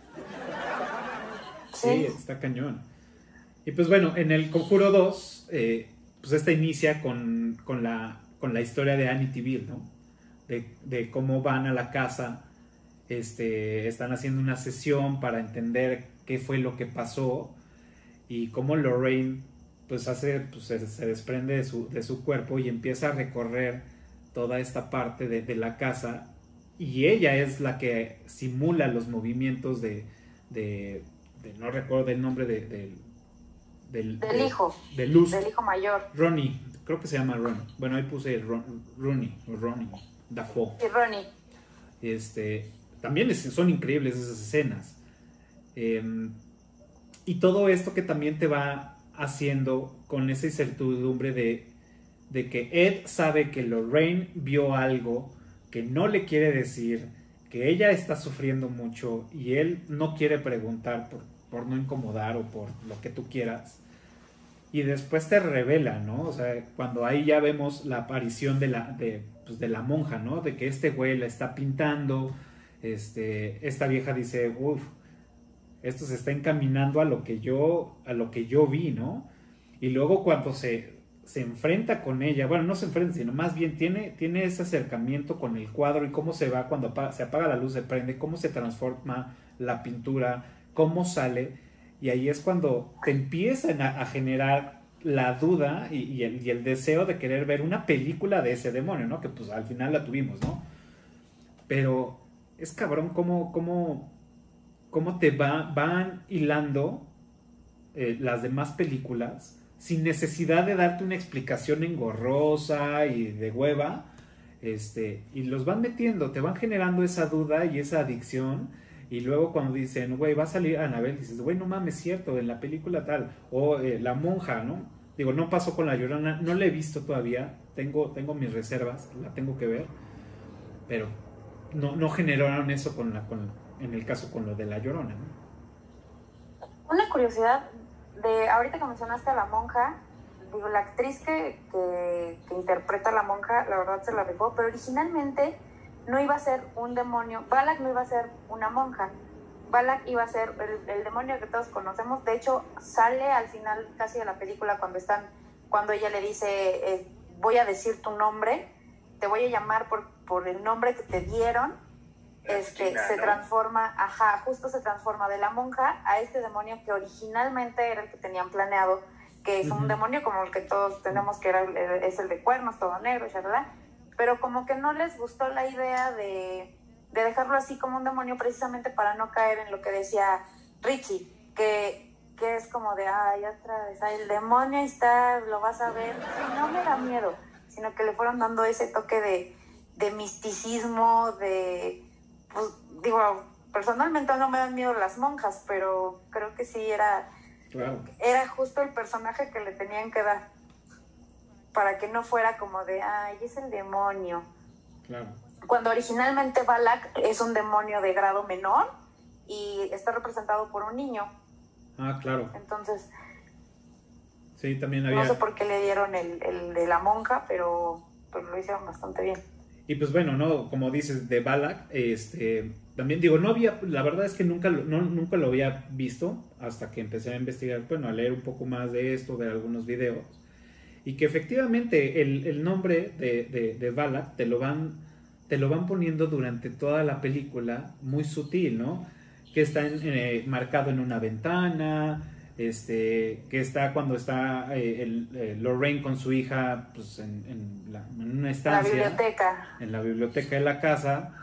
Sí, está cañón. Y pues bueno, en el Conjuro 2, pues esta inicia con la historia de Amityville, ¿no? De cómo van a la casa, están haciendo una sesión para entender qué fue lo que pasó, y cómo Lorraine pues se desprende de su cuerpo y empieza a recorrer toda esta parte de la casa, y ella es la que simula los movimientos de no recuerdo el nombre del hijo. De Luz. Del hijo mayor. Ronnie, creo que se llama Ronnie. Bueno, ahí puse Ronnie Dafoe. Y Ronnie. También son increíbles esas escenas. Y todo esto que también te va haciendo con esa incertidumbre de que Ed sabe que Lorraine vio algo que no le quiere decir, que ella está sufriendo mucho y él no quiere preguntar por no incomodar o por lo que tú quieras. Y después te revela, ¿no? O sea, cuando ahí ya vemos la aparición de la monja, ¿no? De que este güey la está pintando, esta vieja dice, uff, esto se está encaminando a lo que yo vi, ¿no? Y luego cuando se enfrenta con ella, bueno, no se enfrenta, sino más bien tiene ese acercamiento con el cuadro, y cómo se va cuando se apaga la luz, se prende, cómo se transforma la pintura, cómo sale, y ahí es cuando te empiezan a generar la duda y el deseo de querer ver una película de ese demonio, ¿no? Que pues al final la tuvimos, ¿no? Pero es cabrón cómo te van hilando las demás películas sin necesidad de darte una explicación engorrosa y de hueva, y los van metiendo, te van generando esa duda y esa adicción. Y luego cuando dicen, güey, va a salir Annabelle, dices, güey, no mames, cierto, en la película tal. O la monja, ¿no? Digo, no pasó con La Llorona, no la he visto todavía, tengo mis reservas, la tengo que ver, pero no generaron eso en el caso con lo de La Llorona, ¿no? Una curiosidad, ahorita que mencionaste a la monja, digo, la actriz que interpreta a la monja, la verdad se la rifó, pero originalmente no iba a ser un demonio. Balak no iba a ser una monja. Balak iba a ser el demonio que todos conocemos. De hecho, sale al final casi de la película cuando ella le dice, voy a decir tu nombre, te voy a llamar por el nombre que te dieron, se transforma, justo se transforma de la monja a este demonio que originalmente era el que tenían planeado, que es un demonio como el que todos tenemos, que es el de cuernos, todo negro, ¿verdad? Pero como que no les gustó la idea de dejarlo así como un demonio, precisamente para no caer en lo que decía Richie, que es como de, otra vez, el demonio está, lo vas a ver, y no me da miedo, sino que le fueron dando ese toque de misticismo, pues, digo, personalmente no me dan miedo las monjas, pero creo que sí era justo el personaje que le tenían que dar, para que no fuera como de, es el demonio. Claro. Cuando originalmente Balak es un demonio de grado menor y está representado por un niño. Claro. Entonces, sí, también había... no sé por qué le dieron el de la monja, pero lo hicieron bastante bien. Y pues bueno, ¿no? Como dices, de Balak, también digo, no había, la verdad es que nunca lo había visto hasta que empecé a investigar, bueno, a leer un poco más de esto, de algunos videos, y que efectivamente el nombre de Balak te lo van poniendo durante toda la película, muy sutil, ¿no? Que está marcado en una ventana, que está cuando está Lorraine con su hija, pues en una estancia, en la biblioteca de la casa,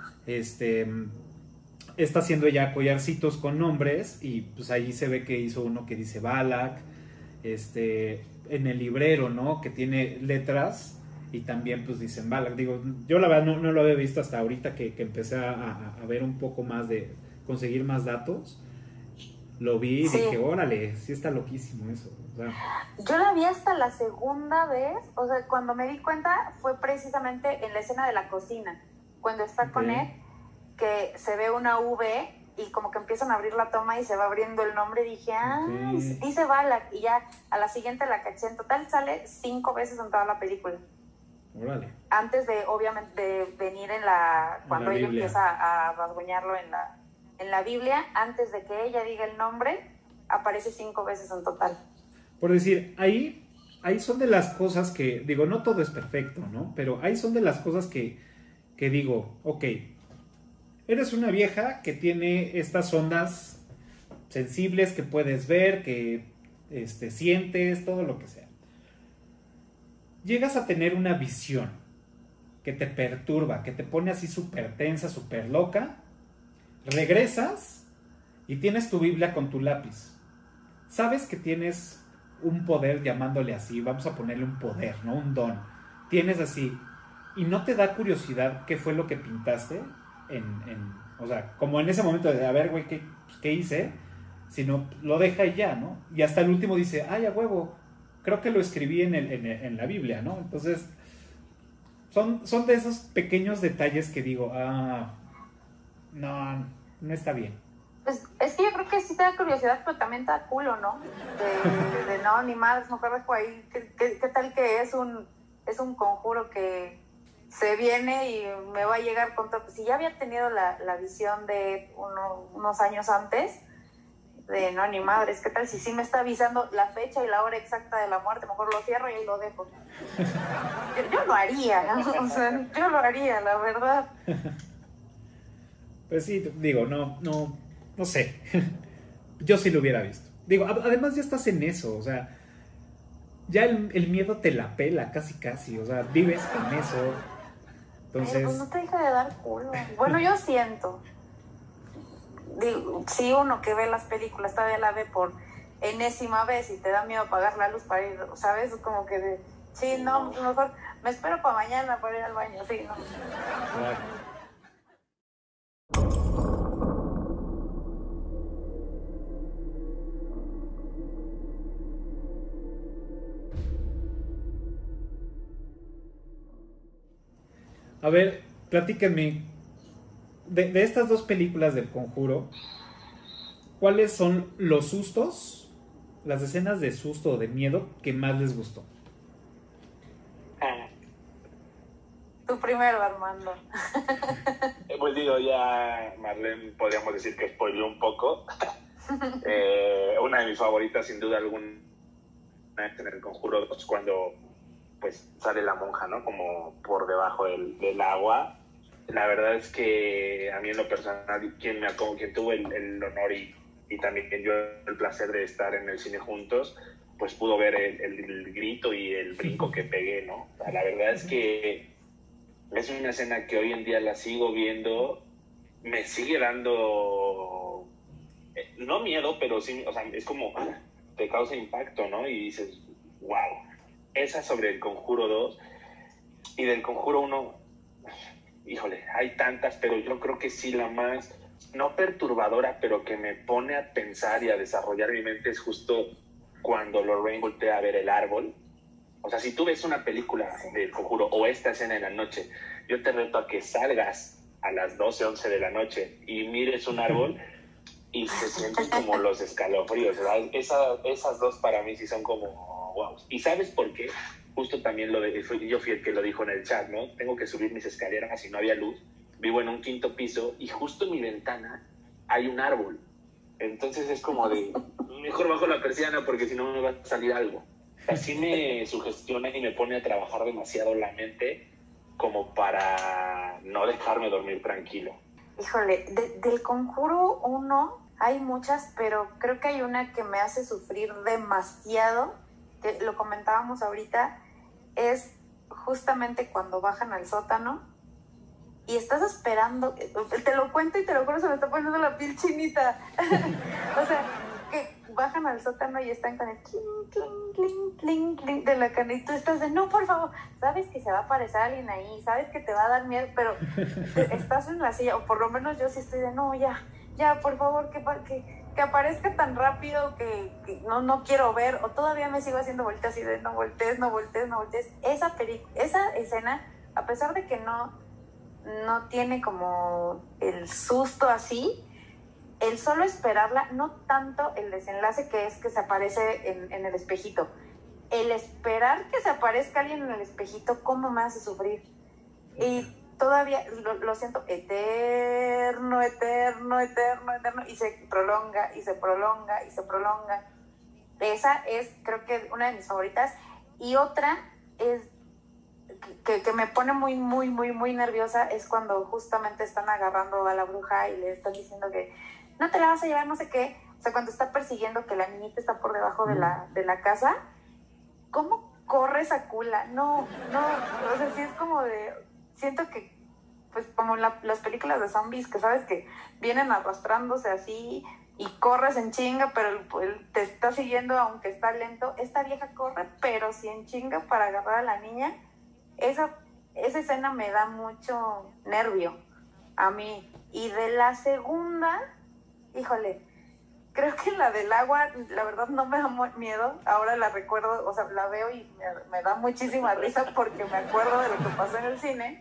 está haciendo ella collarcitos con nombres, y pues ahí se ve que hizo uno que dice Balak, en el librero, ¿no? Que tiene letras y también pues dicen Balak. Digo, yo la verdad no lo había visto hasta ahorita que empecé a ver un poco más conseguir más datos. Lo vi y dije, órale, sí está loquísimo eso. O sea, yo la vi hasta la segunda vez, o sea, cuando me di cuenta fue precisamente en la escena de la cocina, cuando está con él, que se ve una V y como que empiezan a abrir la toma y se va abriendo el nombre, y dije, dice Balak, y ya a la siguiente la caché. En total sale 5 veces en toda la película. Órale. Antes de, obviamente, de venir cuando ella empieza a rasguñarlo en la Biblia, antes de que ella diga el nombre, aparece 5 veces en total. Por decir, ahí son de las cosas que, digo, no todo es perfecto, ¿no? Pero ahí son de las cosas que digo, ok, eres una vieja que tiene estas ondas sensibles que puedes ver, que sientes, todo lo que sea. Llegas a tener una visión que te perturba, que te pone así súper tensa, súper loca. Regresas y tienes tu Biblia con tu lápiz. Sabes que tienes un poder, llamándole así, vamos a ponerle un poder, ¿no? Un don. Tienes así, y no te da curiosidad qué fue lo que pintaste o sea, como en ese momento de, a ver, güey, ¿qué hice? Sino lo deja y ya, ¿no? Y hasta el último dice, a huevo, creo que lo escribí en la Biblia, ¿no? Entonces, son de esos pequeños detalles que digo, no está bien. Pues es que yo creo que sí te da curiosidad, pero también te da culo, ¿no? De no, ni más, no dejo ahí. ¿Qué tal que es un conjuro que se viene y me va a llegar contra? Pues si ya había tenido la visión de unos años antes, de no, ni madres, ¿qué tal si sí me está avisando la fecha y la hora exacta de la muerte? Mejor lo cierro y ahí lo dejo. Yo lo haría, ¿no? O sea, yo lo haría, la verdad. Pues sí, digo, no sé. Yo sí lo hubiera visto. Digo, además ya estás en eso, o sea, ya el miedo te la pela casi, o sea, vives con eso. Entonces... pues no te deja de dar culo. Bueno, yo siento. Digo, si uno que ve las películas todavía la ve por enésima vez y te da miedo apagar la luz para ir, ¿sabes? Como que no, mejor me espero para mañana para ir al baño, sí, ¿no? Claro. A ver, platíquenme, de estas dos películas del Conjuro, ¿cuáles son los sustos, las escenas de susto o de miedo que más les gustó? Tú primero, Armando. Pues digo, ya Marlene podríamos decir que spoileó un poco. Una de mis favoritas, sin duda alguna, en el Conjuro 2, cuando pues sale la monja, ¿no? Como por debajo del agua La verdad es que a mí en lo personal, quien tuvo el honor y también yo el placer de estar en el cine juntos, pues pudo ver el grito y el brinco que pegué, ¿no? O sea, la verdad es que es una escena que hoy en día la sigo viendo, me sigue dando, no miedo, pero sí, o sea, es como, te causa impacto, ¿no? Y dices, wow. Esa sobre el Conjuro 2 y del Conjuro 1, híjole, hay tantas, pero yo creo que sí la más, no perturbadora, pero que me pone a pensar y a desarrollar mi mente es justo cuando Lorraine voltea a ver el árbol. O sea, si tú ves una película del Conjuro o esta escena en la noche, yo te reto a que salgas a las 12, 11 de la noche y mires un árbol y se sienten como los escalofríos, ¿verdad? Esas dos para mí sí son como wow. ¿Y sabes por qué? Justo también yo fui el que lo dijo en el chat, ¿no? Tengo que subir mis escaleras y no había luz. Vivo en un 5º piso y justo en mi ventana hay un árbol. Entonces es como de, mejor bajo la persiana porque si no me va a salir algo. Así me sugestiona y me pone a trabajar demasiado la mente como para no dejarme dormir tranquilo. Híjole, del Conjuro 1 hay muchas, pero creo que hay una que me hace sufrir demasiado, que lo comentábamos ahorita, es justamente cuando bajan al sótano y estás esperando, te lo cuento y te lo juro, se me está poniendo la piel chinita. O sea, que bajan al sótano y están con el clink, clink, clink, clink, clink de la cana y tú estás de, no, por favor, sabes que se va a aparecer alguien ahí, sabes que te va a dar miedo, pero estás en la silla, o por lo menos yo sí estoy de, no, ya, por favor, que aparezca tan rápido que no quiero ver, o todavía me sigo haciendo vueltas así de, no voltees. Esa escena, a pesar de que no tiene como el susto así, el solo esperarla, no tanto el desenlace que es que se aparece en el espejito, el esperar que se aparezca alguien en el espejito, cómo me hace sufrir. Y todavía lo siento eterno, y se prolonga, y se prolonga, y se prolonga. Esa es, creo que, una de mis favoritas. Y otra es que me pone muy, muy, muy, muy nerviosa, es cuando justamente están agarrando a la bruja y le están diciendo que no te la vas a llevar, no sé qué. O sea, cuando está persiguiendo que la niñita está por debajo de la casa, ¿cómo corre esa cula? No, o sea, sí es como de, siento que, pues como las películas de zombies, que sabes que vienen arrastrándose así y corres en chinga, pero él te está siguiendo aunque está lento. Esta vieja corre, pero sí en chinga para agarrar a la niña. Esa escena me da mucho nervio a mí. Y de la segunda, híjole, creo que la del agua, la verdad no me da miedo. Ahora la recuerdo, o sea, la veo y me da muchísima risa porque me acuerdo de lo que pasó en el cine.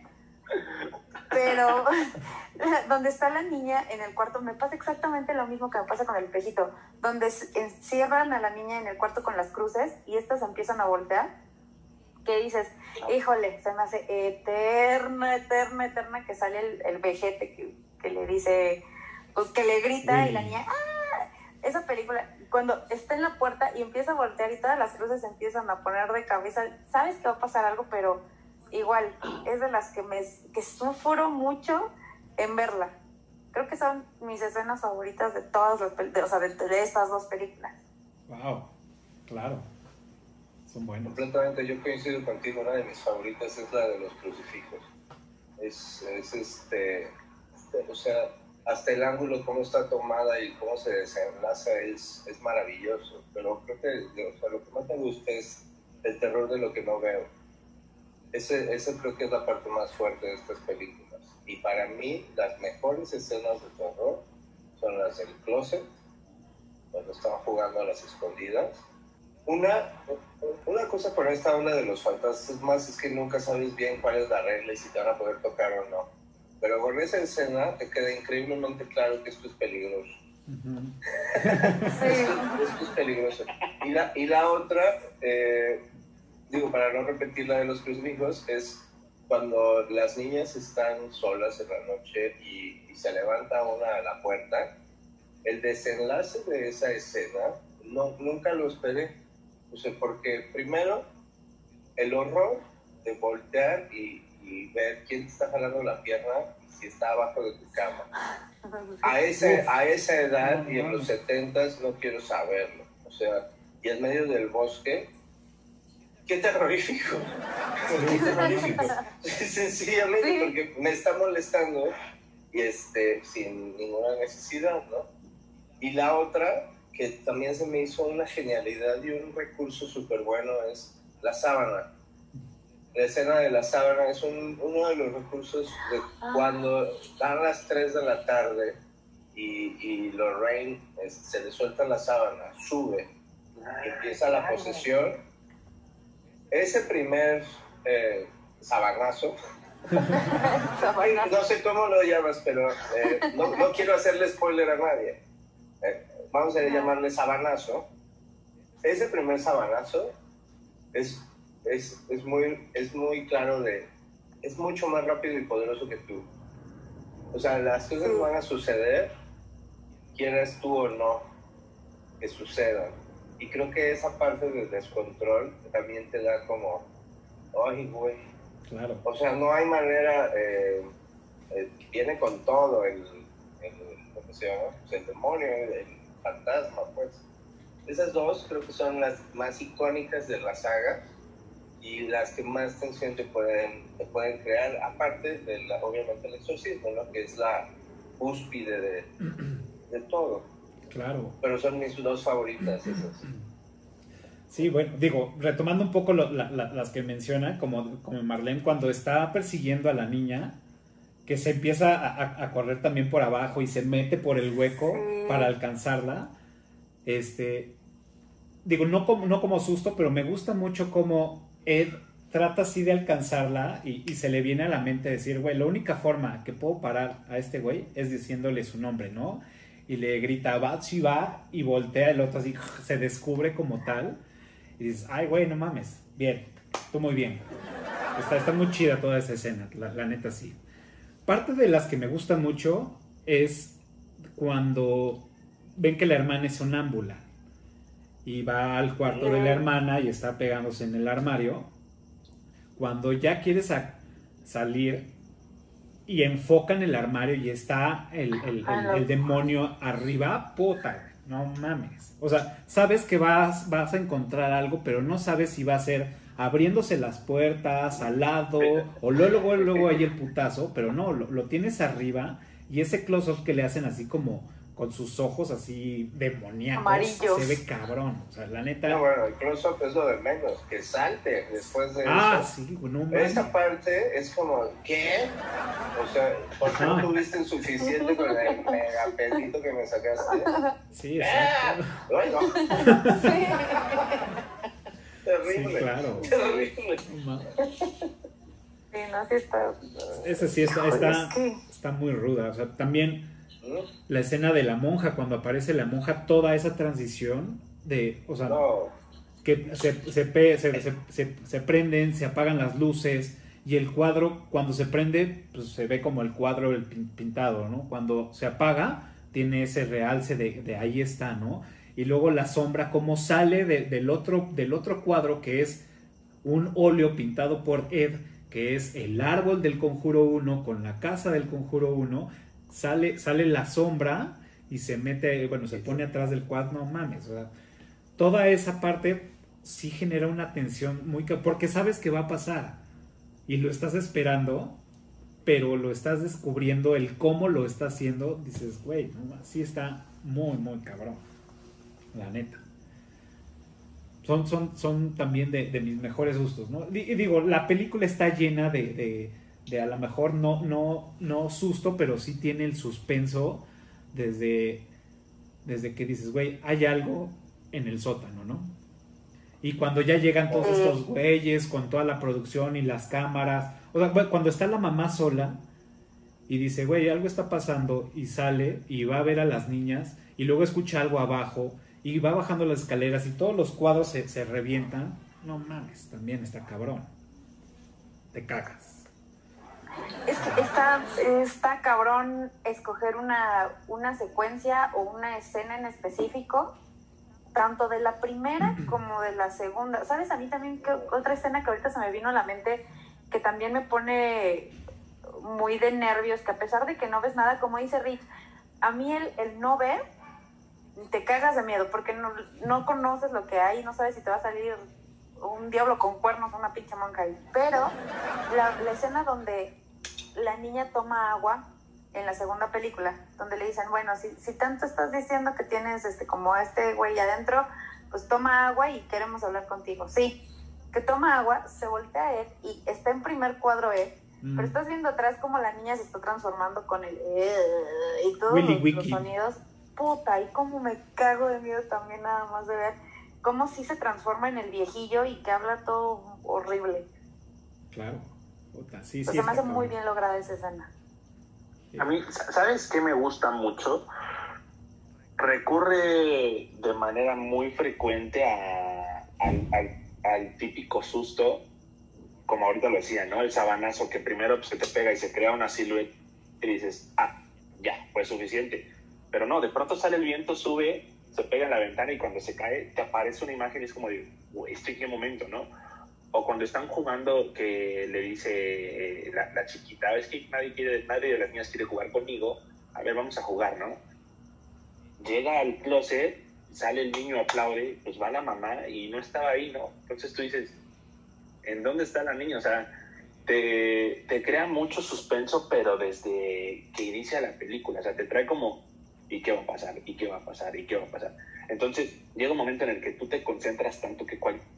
Pero donde está la niña en el cuarto, me pasa exactamente lo mismo que me pasa con el espejito, donde encierran a la niña en el cuarto con las cruces y estas empiezan a voltear, que dices, híjole, se me hace eterna que sale el vejete que le dice, pues que le grita y la niña, ¡ah! Esa película, cuando está en la puerta y empieza a voltear y todas las cruces se empiezan a poner de cabeza, sabes que va a pasar algo, pero igual, es de las que sufro mucho en verla. Creo que son mis escenas favoritas de todas las de estas dos películas. Wow, claro. Son buenos. Completamente, yo coincido contigo, una de mis favoritas es la de los crucifijos. O sea, hasta el ángulo, cómo está tomada y cómo se desenlaza es maravilloso. Pero creo que, o sea, lo que más me gusta es el terror de lo que no veo. Ese creo que es la parte más fuerte de estas películas. Y para mí, las mejores escenas de terror son las del closet, cuando están jugando a las escondidas. Una cosa con esta onda de los fantasmas es que nunca sabes bien cuál es la regla y si te van a poder tocar o no. Pero con esa escena te queda increíblemente claro que esto es peligroso. Uh-huh. Esto es peligroso. Y la otra, para no repetir la de los crucifijos, es cuando las niñas están solas en la noche y se levanta una a la puerta. El desenlace de esa escena nunca lo esperé. O sea, porque primero el horror de voltear y ver quién te está jalando la pierna si está abajo de tu cama. A esa edad y en los 70s no quiero saberlo. O sea, y en medio del bosque, ¡qué terrorífico! ¡Qué terrorífico! Sencillamente porque me está molestando y sin ninguna necesidad, ¿no? Y la otra, que también se me hizo una genialidad y un recurso súper bueno, es la sábana. La escena de la sábana es uno de los recursos de cuando dan las 3 de la tarde y Lorraine se le suelta la sábana, sube, empieza la posesión. Ese primer sabanazo, no sé cómo lo llamas, pero no quiero hacerle spoiler a nadie. Vamos a llamarle sabanazo. Ese primer sabanazo es muy claro es mucho más rápido y poderoso que tú. O sea, las cosas van a suceder, quieras tú o no, que sucedan. Y creo que esa parte del descontrol también te da como, ay, güey. Claro. O sea, no hay manera, viene con todo ¿cómo se llama? Pues el demonio, el fantasma, pues. Esas dos creo que son las más icónicas de la saga y las que más tensión te pueden crear, aparte de obviamente el exorcismo, ¿no? Que es la cúspide de todo. Claro. Pero son mis dos favoritas esas. Sí, bueno, digo, retomando un poco las que menciona, como Marlene, cuando está persiguiendo a la niña, que se empieza a correr también por abajo y se mete por el hueco para alcanzarla. Digo, no como susto, pero me gusta mucho cómo Ed trata así de alcanzarla y se le viene a la mente decir, güey, la única forma que puedo parar a este güey es diciéndole su nombre, ¿no? Y le grita, va, y voltea el otro así, se descubre como tal. Y dices, ay, güey, no mames. Bien, tú muy bien. Está muy chida toda esa escena, la neta sí. Parte de las que me gustan mucho es cuando ven que la hermana es sonámbula y va al cuarto de la hermana y está pegándose en el armario. Cuando ya quiere salir y enfocan el armario y está el demonio arriba, puta, no mames. O sea, sabes que vas a encontrar algo, pero no sabes si va a ser abriéndose las puertas, al lado, o luego hay el putazo, pero no, lo tienes arriba y ese close-up que le hacen así como con sus ojos así demoníacos, amarillos, se ve cabrón, o sea, la neta. No, bueno, el close-up es lo de menos, que salte después de eso. Sí, no mames. Esa parte es como, ¿qué? O sea, ¿por qué no tuviste suficiente con el mega pelito que me sacaste? Sí, exacto. Bueno. Sí. Terrible. Sí, claro. Terrible. Sí, no, sí está. Esa sí está muy ruda. O sea, también la escena de la monja, cuando aparece la monja, toda esa transición de, o sea, que se prenden, se apagan las luces y el cuadro, cuando se prende, pues se ve como el cuadro pintado, ¿no? Cuando se apaga, tiene ese realce de ahí está, ¿no? Y luego la sombra, como sale del otro cuadro, que es un óleo pintado por Ed, que es el árbol del Conjuro 1 con la casa del Conjuro 1, sale la sombra y se mete, bueno, se pone atrás del cuadro, no mames, o sea, toda esa parte sí genera una tensión porque sabes que va a pasar y lo estás esperando, pero lo estás descubriendo, el cómo lo está haciendo, dices, güey, no, sí está muy, muy cabrón. La neta. Son también de mis mejores gustos, ¿no? Y digo, la película está llena de a lo mejor no susto, pero sí tiene el suspenso desde que dices, güey, hay algo en el sótano, ¿no? Y cuando ya llegan todos estos güeyes con toda la producción y las cámaras, o sea, cuando está la mamá sola y dice, güey, algo está pasando, y sale y va a ver a las niñas y luego escucha algo abajo y va bajando las escaleras y todos los cuadros se revientan, no mames, también está cabrón, te cagas. Es que está cabrón escoger una secuencia o una escena en específico, tanto de la primera como de la segunda. ¿Sabes? A mí también otra escena que ahorita se me vino a la mente, que también me pone muy de nervios, que a pesar de que no ves nada, como dice Rich, a mí el no ver, te cagas de miedo, porque no conoces lo que hay, no sabes si te va a salir un diablo con cuernos, una pinche monja ahí. Pero la escena donde la niña toma agua en la segunda película, donde le dicen, bueno, si tanto estás diciendo que tienes como este güey adentro, pues toma agua y queremos hablar contigo. Sí, que toma agua, se voltea a él y está en primer cuadro él, pero estás viendo atrás como la niña se está transformando con el y todos los sonidos. Puta, y como me cago de miedo también nada más de ver cómo sí se transforma en el viejillo y que habla todo horrible. Claro, puta, sí, pues se me hace muy bien lograda esa escena. A mí, ¿sabes qué me gusta mucho? Recurre de manera muy frecuente al típico susto, como ahorita lo decía, ¿no? El sabanazo que primero pues, se te pega y se crea una silueta y dices, ya, fue suficiente. Pero no, de pronto sale el viento, sube, se pega en la ventana y cuando se cae te aparece una imagen y es como de, ¿esto en qué momento, no? O cuando están jugando que le dice la chiquita, es que nadie de las niñas quiere jugar conmigo, a ver, vamos a jugar, ¿no? Llega al closet, sale el niño, aplaude, pues va la mamá y no estaba ahí, ¿no? Entonces tú dices, ¿en dónde está la niña? O sea, te crea mucho suspenso, pero desde que inicia la película, o sea, te trae como, ¿y qué va a pasar? ¿Y qué va a pasar? ¿Y qué va a pasar? Entonces llega un momento en el que tú te concentras tanto que cualquier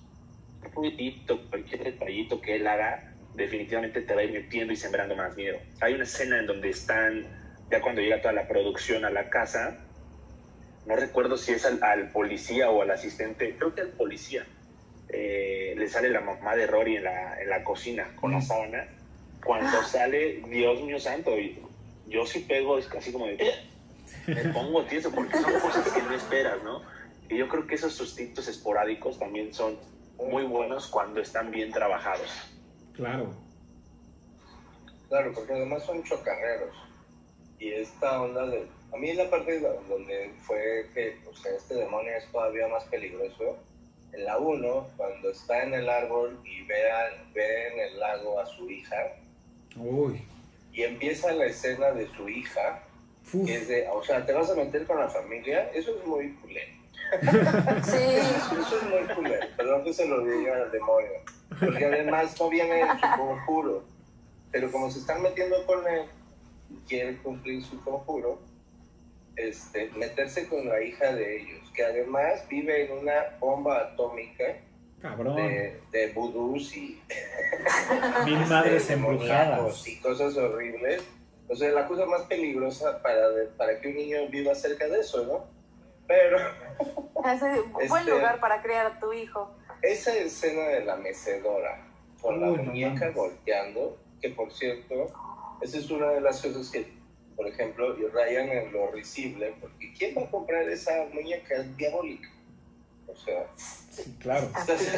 detallito que él haga definitivamente te va a ir metiendo y sembrando más miedo. Hay una escena en donde están, ya cuando llega toda la producción a la casa, no recuerdo si es al policía o al asistente, creo que al policía, le sale la mamá de Rory en la cocina con la sábana. Cuando sale, Dios mío santo, y yo sí pego, es casi como de, me pongo tieso porque son cosas que no esperas, ¿no? Y yo creo que esos sustitos esporádicos también son muy buenos cuando están bien trabajados. Claro, porque además son chocarreros. Y esta onda de... A mí la parte donde fue que, o sea, este demonio es todavía más peligroso, en la 1, cuando está en el árbol y ve en el lago a su hija, y empieza la escena de su hija, que es de, o sea, te vas a meter con la familia, eso es muy culero. Sí. Eso es muy culero, perdón que se lo diga al demonio, porque además no viene en su conjuro, pero como se están metiendo con él y quieren cumplir su conjuro, meterse con la hija de ellos, que además vive en una bomba atómica. Cabrón. De vudús y mil madres embrujadas y cosas horribles. O sea, la cosa más peligrosa para que un niño viva cerca de eso, ¿no? Pero es un buen lugar para criar a tu hijo. Esa escena de la mecedora con la muñeca volteando, que por cierto, esa es una de las cosas que, por ejemplo, rayan en lo risible, porque ¿quién va a comprar esa muñeca? Es diabólica. O sea, sí, claro.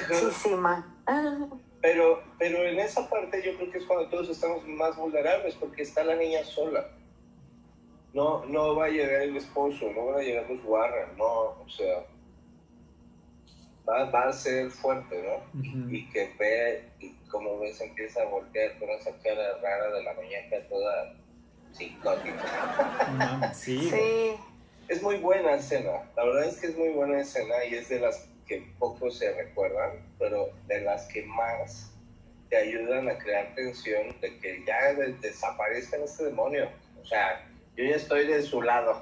Pero en esa parte yo creo que es cuando todos estamos más vulnerables, porque está la niña sola. No va a llegar el esposo, no van a llegar los Warren, no, o sea, va a ser fuerte, ¿no? Uh-huh. Y que ve, y como ves, empieza a voltear con esa cara rara de la muñeca toda psicótica. Sí. Es muy buena escena, la verdad es que es muy buena escena y es de las que poco se recuerdan, pero de las que más te ayudan a crear tensión de que ya desaparezca este demonio. O sea, yo ya estoy de su lado.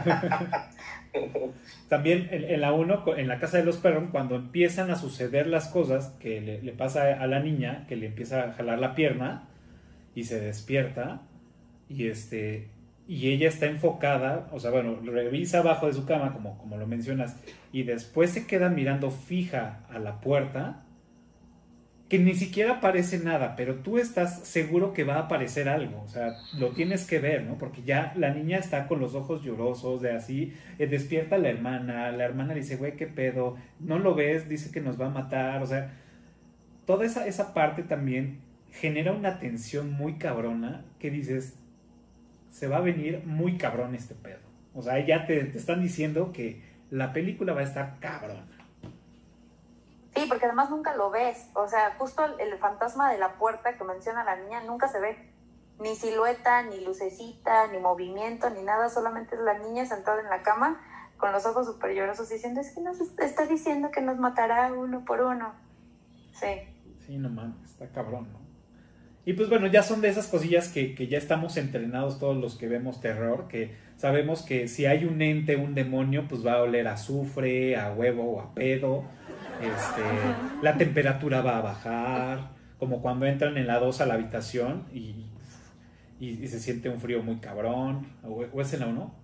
También en la 1, en la casa de los perros, cuando empiezan a suceder las cosas que le pasa a la niña, que le empieza a jalar la pierna y se despierta y ella está enfocada, o sea, bueno, revisa abajo de su cama, como lo mencionas, y después se queda mirando fija a la puerta, que ni siquiera aparece nada, pero tú estás seguro que va a aparecer algo, o sea, lo tienes que ver, ¿no? Porque ya la niña está con los ojos llorosos, de así, despierta a la hermana dice, güey, ¿qué pedo? ¿No lo ves? Dice que nos va a matar, o sea, toda esa parte también genera una tensión muy cabrona, que dices, se va a venir muy cabrón este pedo. O sea, ya te están diciendo que la película va a estar cabrona. Sí, porque además nunca lo ves. O sea, justo el fantasma de la puerta que menciona la niña nunca se ve. ni silueta, ni lucecita, ni movimiento, ni nada, solamente es la niña sentada en la cama con los ojos súper llorosos diciendo, es que nos está diciendo que nos matará uno por uno. Sí. Sí, no mames, está cabrón, ¿no? Y pues bueno, ya son de esas cosillas que ya estamos entrenados todos los que vemos terror, que sabemos que si hay un ente, un demonio, pues va a oler a azufre, a huevo o a pedo, la temperatura va a bajar, como cuando entran en la 2 a la habitación y se siente un frío muy cabrón, o es en la 1.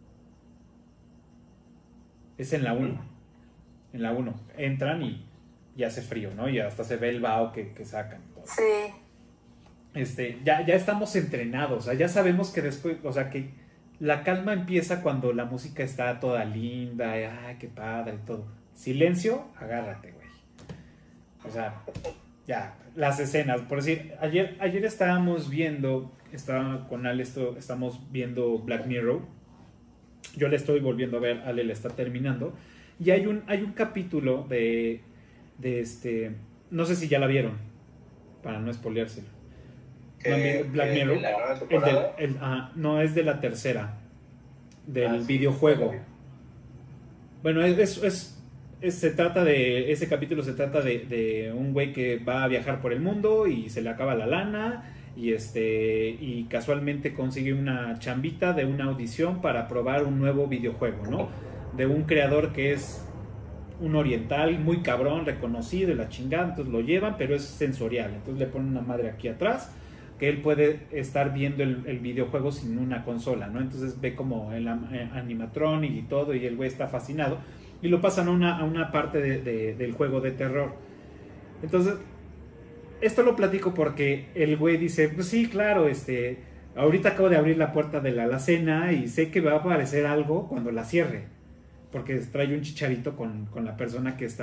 Es en la 1. En la 1. Entran y hace frío, ¿no? Y hasta se ve el vaho que sacan. Sí. Ya estamos entrenados, o sea, ya sabemos que después, o sea, que la calma empieza cuando la música está toda linda, y, ay, qué padre, y todo. Silencio, agárrate, güey. O sea, ya, las escenas, por decir, ayer estábamos viendo, estaba con Ale, estamos viendo Black Mirror. Yo le estoy volviendo a ver, Ale le está terminando. Y hay un capítulo de no sé si ya la vieron, para no spoileárselo. Black Mirror. No, es de la tercera, del videojuego. Bueno, se trata de, ese capítulo se trata de un güey que va a viajar por el mundo y se le acaba la lana y casualmente consigue una chambita de una audición para probar un nuevo videojuego, ¿no? De un creador que es un oriental muy cabrón, reconocido y la chingada, entonces lo llevan, pero es sensorial, entonces le ponen una madre aquí atrás que él puede estar viendo el videojuego sin una consola, ¿no? Entonces ve como el animatronic y todo, y el güey está fascinado, y lo pasan a una parte del juego de terror. Entonces, esto lo platico porque el güey dice, pues sí, claro, ahorita acabo de abrir la puerta de la alacena y sé que va a aparecer algo cuando la cierre, porque trae un chicharito con la persona que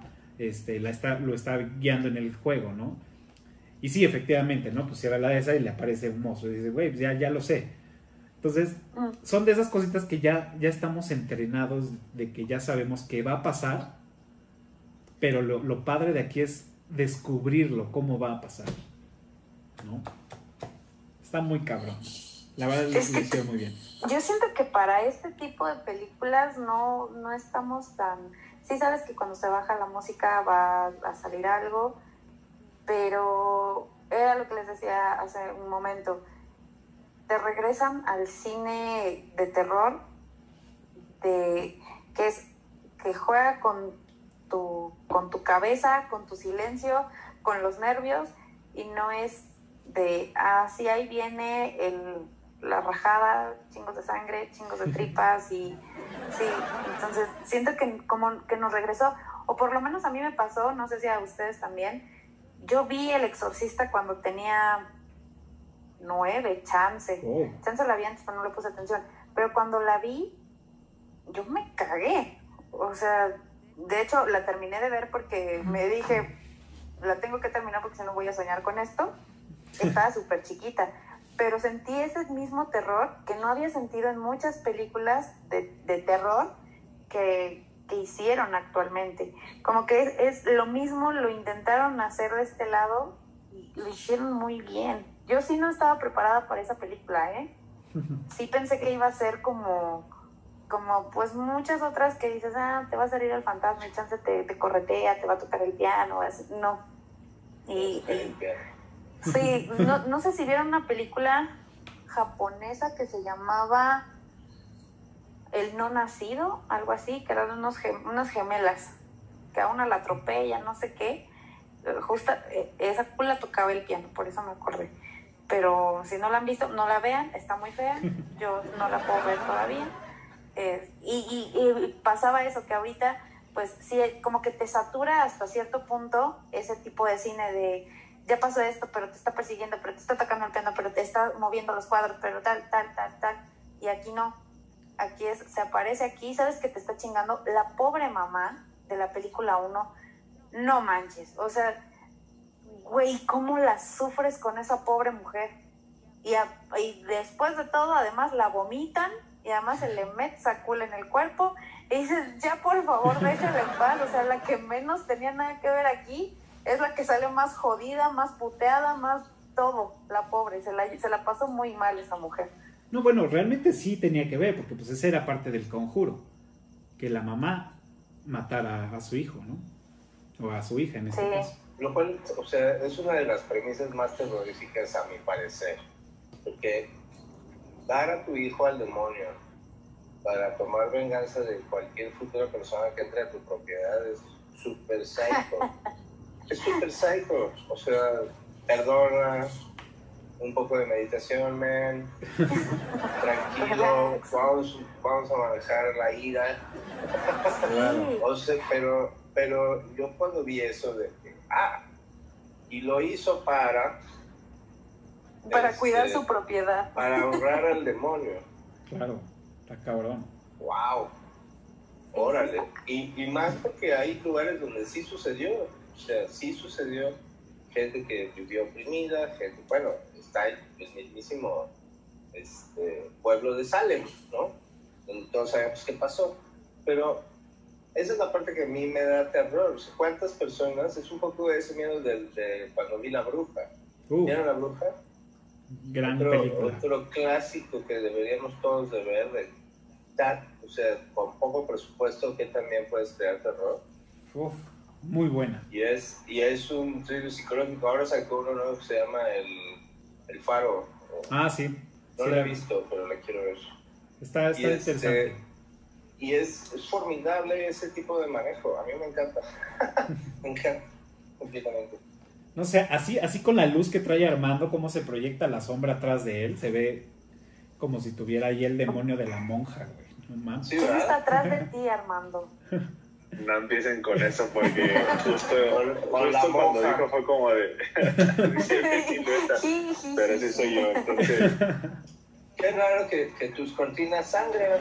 lo está guiando en el juego, ¿no? Y sí, efectivamente, ¿no? Pues cierra la de esa y le aparece un mozo. Y dice, güey, pues ya lo sé. Entonces, son de esas cositas que ya estamos entrenados, de que ya sabemos que va a pasar, pero lo padre de aquí es descubrirlo, cómo va a pasar, ¿no? Está muy cabrón. La verdad lo hicieron muy bien. Yo siento que para este tipo de películas no estamos tan... Sí sabes que cuando se baja la música va a salir algo, pero era lo que les decía hace un momento. Te regresan al cine de terror, que juega con tu cabeza, con tu silencio, con los nervios, y no es de, sí, ahí viene la rajada, chingos de sangre, chingos de tripas, y sí, entonces siento que como que nos regresó, o por lo menos a mí me pasó, no sé si a ustedes también. Yo vi El Exorcista cuando tenía 9, chance la vi antes, pero no le puse atención, pero cuando la vi yo me cagué, o sea, de hecho la terminé de ver porque me dije, la tengo que terminar porque si no voy a soñar con esto. Estaba súper chiquita, pero sentí ese mismo terror que no había sentido en muchas películas de terror que hicieron actualmente. Como que es lo mismo, lo intentaron hacer de este lado y lo hicieron muy bien. Yo sí no estaba preparada para esa película, Sí pensé que iba a ser como pues muchas otras que dices, te va a salir el fantasma, el chance te corretea, te va a tocar el piano, no. Sí, no sé si vieron una película japonesa que se llamaba El No Nacido, algo así, que eran unas gemelas, que a una la atropella, no sé qué. Justo esa la tocaba el piano, por eso me acordé. Pero si no la han visto, no la vean, está muy fea, yo no la puedo ver todavía. Y pasaba eso, que ahorita, pues sí, como que te satura hasta cierto punto ese tipo de cine de, ya pasó esto, pero te está persiguiendo, pero te está tocando el piano, pero te está moviendo los cuadros, pero tal. Y aquí no. Aquí se aparece aquí, sabes que te está chingando la pobre mamá de la película 1. No manches, o sea, güey, ¿cómo la sufres con esa pobre mujer? Y después de todo, además la vomitan y además se le mete sacul en el cuerpo y dices, ya por favor, déjala en paz. O sea, la que menos tenía nada que ver aquí es la que sale más jodida, más puteada, más todo, la pobre, se la pasó muy mal esa mujer. No, bueno, realmente sí tenía que ver, porque pues esa era parte del conjuro, que la mamá matara a su hijo, ¿no? O a su hija en este caso. Lo cual, o sea, es una de las premisas más terroríficas a mi parecer, porque dar a tu hijo al demonio para tomar venganza de cualquier futura persona que entre a tu propiedad es súper psycho. Es súper psycho. O sea, perdona, un poco de meditación, man. Tranquilo, vamos a manejar la ira. Sí. O sea, pero yo cuando vi eso de que, y lo hizo para cuidar su propiedad. Para honrar al demonio. Claro, está cabrón. Wow. Órale. Y más porque hay lugares donde sí sucedió. O sea, sí sucedió. Gente que vivió oprimida, gente, bueno, está el mismísimo pueblo de Salem, ¿no? Donde todos sabemos qué pasó. Pero esa es la parte que a mí me da terror. O sea, ¿cuántas personas? Es un poco ese miedo de cuando vi La Bruja. ¿Vieron La Bruja? Gran película. Otro clásico que deberíamos todos de ver. O sea, con poco presupuesto, que también puedes crear terror. Uf, muy buena. Y es un thriller psicológico. Ahora sacó uno nuevo que se llama El Faro. Sí. No sí, la he visto, pero la quiero ver. Está interesante. Y es formidable ese tipo de manejo. A mí me encanta. Me encanta completamente. No sé, así con la luz que trae Armando, cómo se proyecta la sombra atrás de él, se ve como si tuviera ahí el demonio de la monja, güey. No mames. Sí, ¿Quién está atrás de ti, Armando? No empiecen con eso porque justo la cuando monja. dijo fue como de silueta, pero sí soy yo, entonces Qué raro que tus cortinas sangren.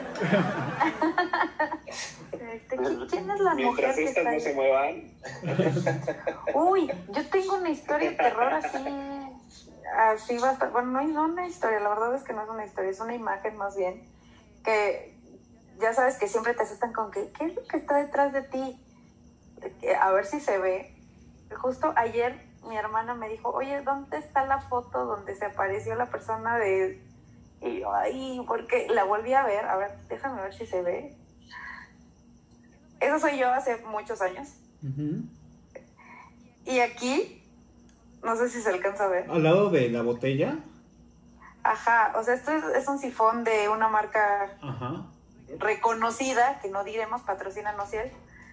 ¿Quién es la mujer mientras que estas está no ahí? se muevan. Uy, yo tengo una historia de terror así bastante. Bueno, no es una historia, la verdad es que no es una historia, es una imagen más bien. Que ya sabes que siempre te asustan con que, ¿qué es lo que está detrás de ti? A ver si se ve. Justo ayer mi hermana me dijo, oye, ¿dónde está la foto donde se apareció la persona de...? Y yo, porque la volví a ver déjame ver si se ve. Eso soy yo hace muchos años. Uh-huh. Y aquí, no sé si se alcanza a ver. Al lado de la botella. Ajá, o sea, esto es un sifón de una marca reconocida, que no diremos, patrocínanos Ciel.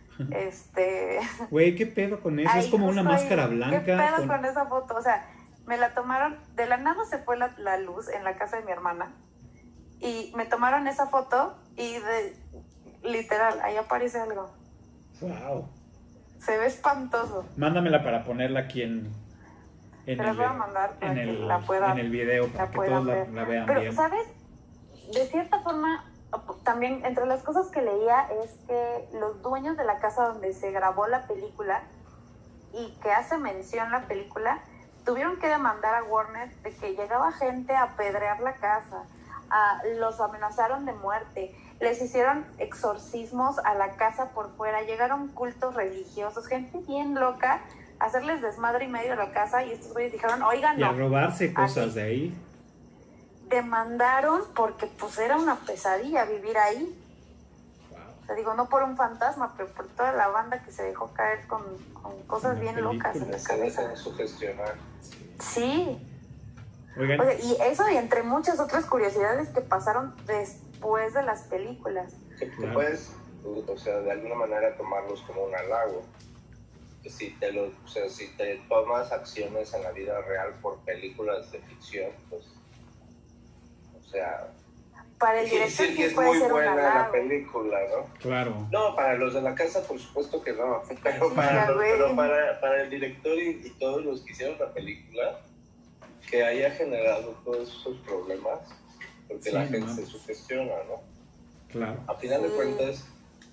Güey, ¿qué pedo con eso? Ay, es como una máscara blanca. ¿Qué pedo con esa foto? O sea, me la tomaron, de la nada se fue la luz en la casa de mi hermana y me tomaron esa foto y literal, ahí aparece algo. Wow. Se ve espantoso. Mándamela para ponerla aquí en Te las voy a mandar para que la puedan, en el video, para que todos la vean Pero, bien. ¿sabes? De cierta forma, también entre las cosas que leía es que los dueños de la casa donde se grabó la película y que hace mención la película, tuvieron que demandar a Warner de que llegaba gente a apedrear la casa, los amenazaron de muerte, les hicieron exorcismos a la casa por fuera, llegaron cultos religiosos, gente bien loca, a hacerles desmadre y medio de la casa, y estos güeyes dijeron, oigan, y a no. robarse cosas Así. de ahí. Demandaron porque pues era una pesadilla vivir ahí. Wow. O sea, digo, no por un fantasma, pero por toda la banda que se dejó caer con cosas bien locas en la Se cabeza. dejan sugestionar. Sí. Oigan, Oye, y eso y entre muchas otras curiosidades que pasaron después de las películas. Que tú puedes, o sea, de alguna manera tomarlos como un halago. Si te tomas acciones en la vida real por películas de ficción, pues, o sea, Para el director decir que sí es puede muy ser un buena la halago. película, ¿no? claro. No, para los de la casa, por supuesto que no. Sí, Pero, sí, para, ya, güey. pero para el director y todos los que hicieron la película, que haya generado todos esos problemas, porque Sí, la gente no. se sugestiona, ¿no? Claro. A final de Sí. cuentas,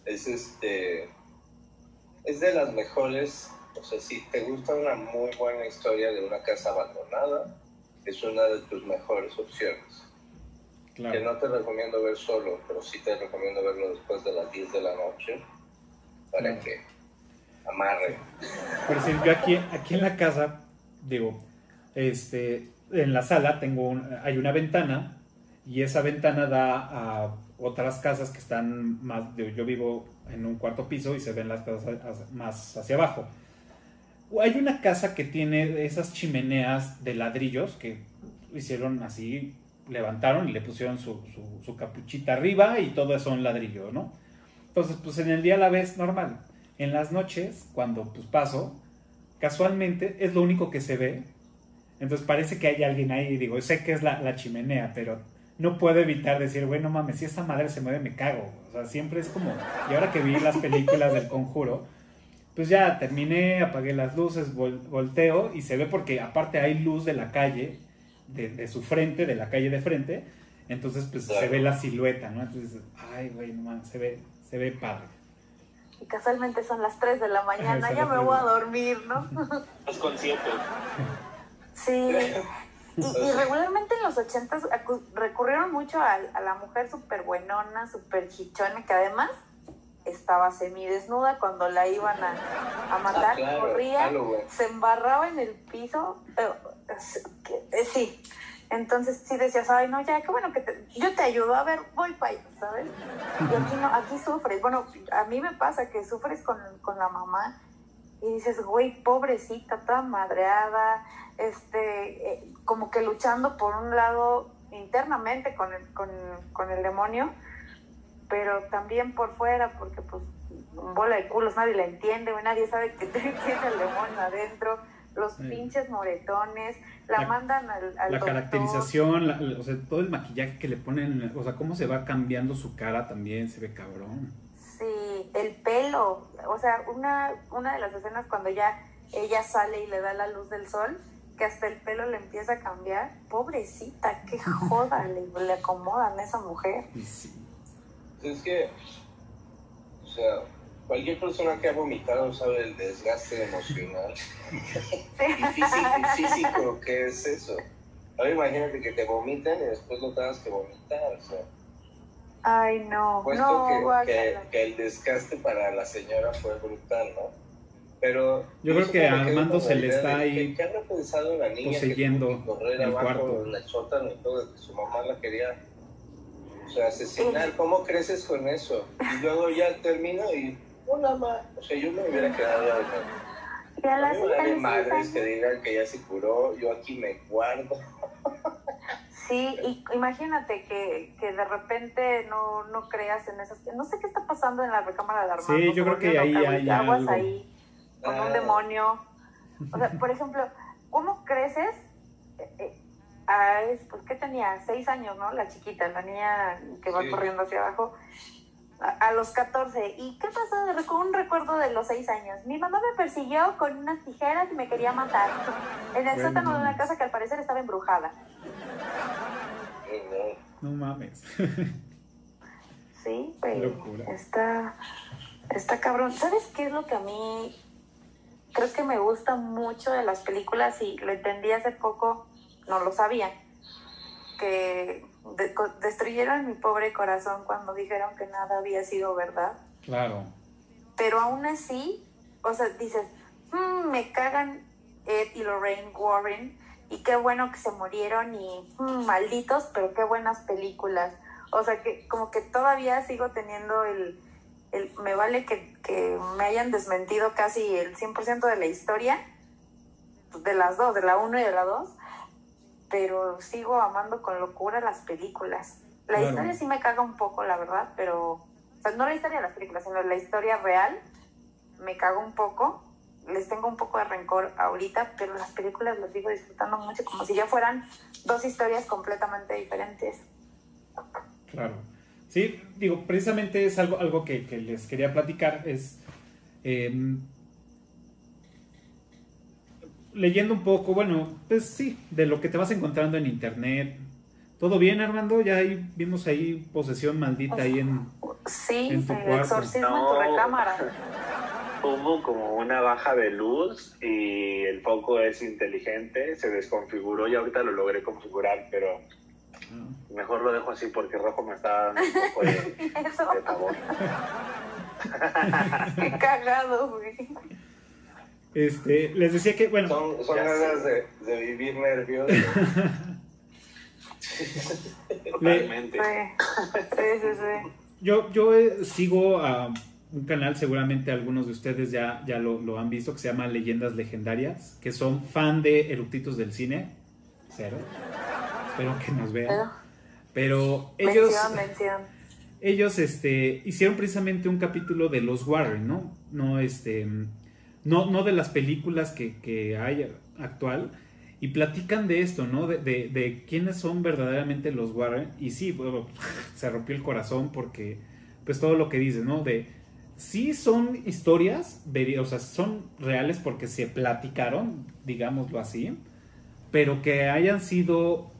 es de las mejores. O sea, si te gusta una muy buena historia de una casa abandonada, es una de tus mejores opciones. Claro. Que no te recomiendo ver solo, pero sí te recomiendo verlo después de las 10 de la noche, para Claro. que amarre. Por decir, yo aquí en la casa, digo, en la sala hay una ventana y esa ventana da a otras casas que están más... Yo vivo en un cuarto piso y se ven las casas más hacia abajo. Hay una casa que tiene esas chimeneas de ladrillos que hicieron así, levantaron y le pusieron su capuchita arriba y todo eso en ladrillo, ¿no? Entonces, pues en el día la ves normal. En las noches, cuando pues paso, casualmente es lo único que se ve. Entonces parece que hay alguien ahí. Digo, sé que es la chimenea, pero no puedo evitar decir, güey, no mames, si esa madre se mueve me cago. O sea, siempre es como... Y ahora que vi las películas del Conjuro, pues ya terminé, apagué las luces, volteo y se ve porque aparte hay luz de la calle, de su frente, de la calle de frente. Entonces pues se ve la silueta, ¿no? Entonces, ay, güey, no mames, se ve padre. Y casualmente son las 3 de la mañana, ya me voy a dormir, ¿no? Estás consciente. Sí. Y regularmente en los 80s recurrieron mucho a la mujer súper buenona, súper chichona, que además estaba semidesnuda cuando la iban a matar, claro, corría, se embarraba en el piso, sí. Entonces sí decías, ay, no, ya, qué bueno que yo te ayudo, a ver, voy para allá, ¿sabes? Y aquí no, aquí sufres. Bueno, a mí me pasa que sufres con la mamá y dices, güey, pobrecita, toda madreada, como que luchando por un lado internamente con el demonio, pero también por fuera, porque pues bola de culos, nadie la entiende, nadie sabe que tiene el demonio adentro, los pinches moretones, la mandan al la doctor. Caracterización, o sea, todo el maquillaje que le ponen, o sea, cómo se va cambiando su cara también, se ve cabrón. Sí, el pelo, o sea, una de las escenas cuando ya ella sale y le da la luz del sol, que hasta el pelo le empieza a cambiar, pobrecita, qué joda le acomodan a esa mujer. Sí. Es que, o sea, cualquier persona que ha vomitado sabe el desgaste emocional y físico que es eso. Ahora imagínate que te vomiten y después no tengas que vomitar, o sea. Ay, no, Puesto no, que el desgaste para la señora fue brutal, ¿no? Pero yo creo que a Armando se le está ahí ¿qué habrá pensado la niña poseyendo que tuvo que correr el abajo cuarto en el sótano y todo, que su mamá la quería, o sea, asesinar? ¿Cómo creces con eso? Y luego ya termino y una más, o sea, yo me hubiera quedado de y a mí me da madres que años. digan que ya se curó, yo aquí me guardo. Sí, y imagínate que de repente no creas en esas... No sé qué está pasando en la recámara de Armando. Sí, yo creo que ahí hay aguas algo. Ahí, con un demonio. O sea, por ejemplo, ¿cómo creces? Pues, ¿qué tenía? 6 años, ¿no? La chiquita, la niña que va corriendo hacia abajo. A los 14. ¿Y qué pasó con un recuerdo de los 6 años? Mi mamá me persiguió con unas tijeras y me quería matar. En el sótano de una casa que al parecer estaba embrujada. No mames. Sí, pero locura. está cabrón. ¿Sabes qué es lo que a mí creo que me gusta mucho de las películas? Y lo entendí hace poco, no lo sabía, que destruyeron mi pobre corazón cuando dijeron que nada había sido verdad. Claro. Pero aún así, o sea, dices, me cagan Ed y Lorraine Warren, y qué bueno que se murieron y malditos, pero qué buenas películas. O sea, que como que todavía sigo teniendo me vale que me hayan desmentido casi el 100% de la historia, de las dos, de la 1 y de la 2, pero sigo amando con locura las películas. La historia sí me caga un poco, la verdad, pero... O sea, no la historia de las películas, sino la historia real me caga un poco. Les tengo un poco de rencor ahorita, pero las películas las sigo disfrutando mucho, como si ya fueran 2 historias completamente diferentes. Claro. Sí, digo, precisamente es algo que les quería platicar, es leyendo un poco, bueno, pues sí, de lo que te vas encontrando en internet. ¿Todo bien, Armando? Ya vimos ahí posesión maldita ahí en tu cuarto. Exorcismo en tu recámara. Hubo como una baja de luz y el foco es inteligente, se desconfiguró y ahorita lo logré configurar, pero mejor lo dejo así porque Rojo me está dando un poco de favor. Qué cagado, güey. Les decía que, bueno... Son ganas de vivir nerviosos. Totalmente. Sí. Yo sigo a un canal, seguramente algunos de ustedes ya lo han visto, que se llama Leyendas Legendarias, que son fan de eructitos del cine. Cero. Espero que nos vean. Pero ellos... Mención. Ellos hicieron precisamente un capítulo de los Warren, ¿no? No de las películas que hay actual, y platican de esto, ¿no? De quiénes son verdaderamente los Warren. Y sí, bueno, se rompió el corazón porque, pues todo lo que dices, ¿no? Sí son historias, o sea, son reales porque se platicaron, digámoslo así, pero que hayan sido...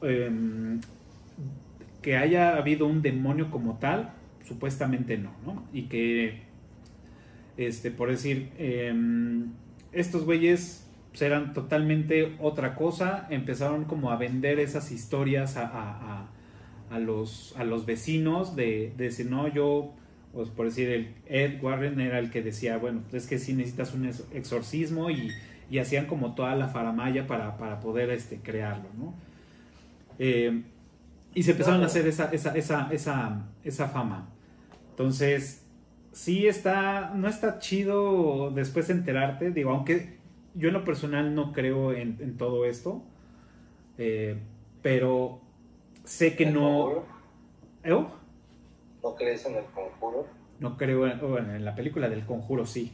que haya habido un demonio como tal, supuestamente no. Y que, por decir, estos güeyes eran totalmente otra cosa, empezaron como a vender esas historias a los vecinos de decir, no, yo, pues por decir, el Ed Warren era el que decía, bueno, pues es que sí necesitas un exorcismo y hacían como toda la faramalla para poder crearlo, ¿no? Y se empezaron a hacer esa fama. Entonces, sí no está chido después enterarte. Digo, aunque yo en lo personal no creo en todo esto. Pero sé que no... ¿No crees en el Conjuro? No creo en la película del Conjuro, sí.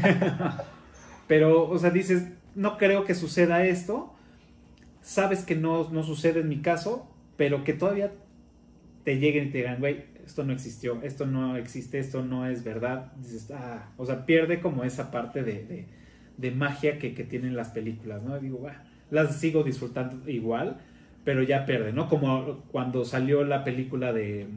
Pero, o sea, dices, no creo que suceda esto. Sabes que no sucede en mi caso, pero que todavía te lleguen y te digan, güey, esto no existió, esto no existe, esto no es verdad. Dices, o sea, pierde como esa parte de magia que tienen las películas, ¿no? Digo, las sigo disfrutando igual, pero ya pierde, ¿no? Como cuando salió la película de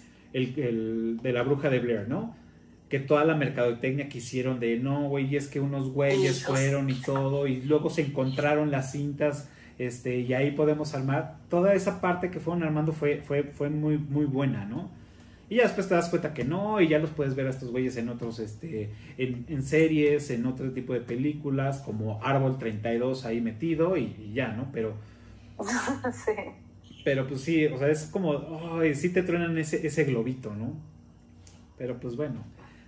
la Bruja de Blair, ¿no? Que toda la mercadotecnia que hicieron de, no, güey, es que unos güeyes fueron y todo, y luego se encontraron las cintas... y ahí podemos armar toda esa parte que fueron armando fue muy, muy buena, ¿no? Y ya después te das cuenta que no, y ya los puedes ver a estos güeyes en otros, en series, en otro tipo de películas, como Árbol 32 ahí metido, y ya, ¿no? Pero... Sí. Pero pues sí, o sea, es como, sí te truenan ese globito, ¿no? Pero pues bueno.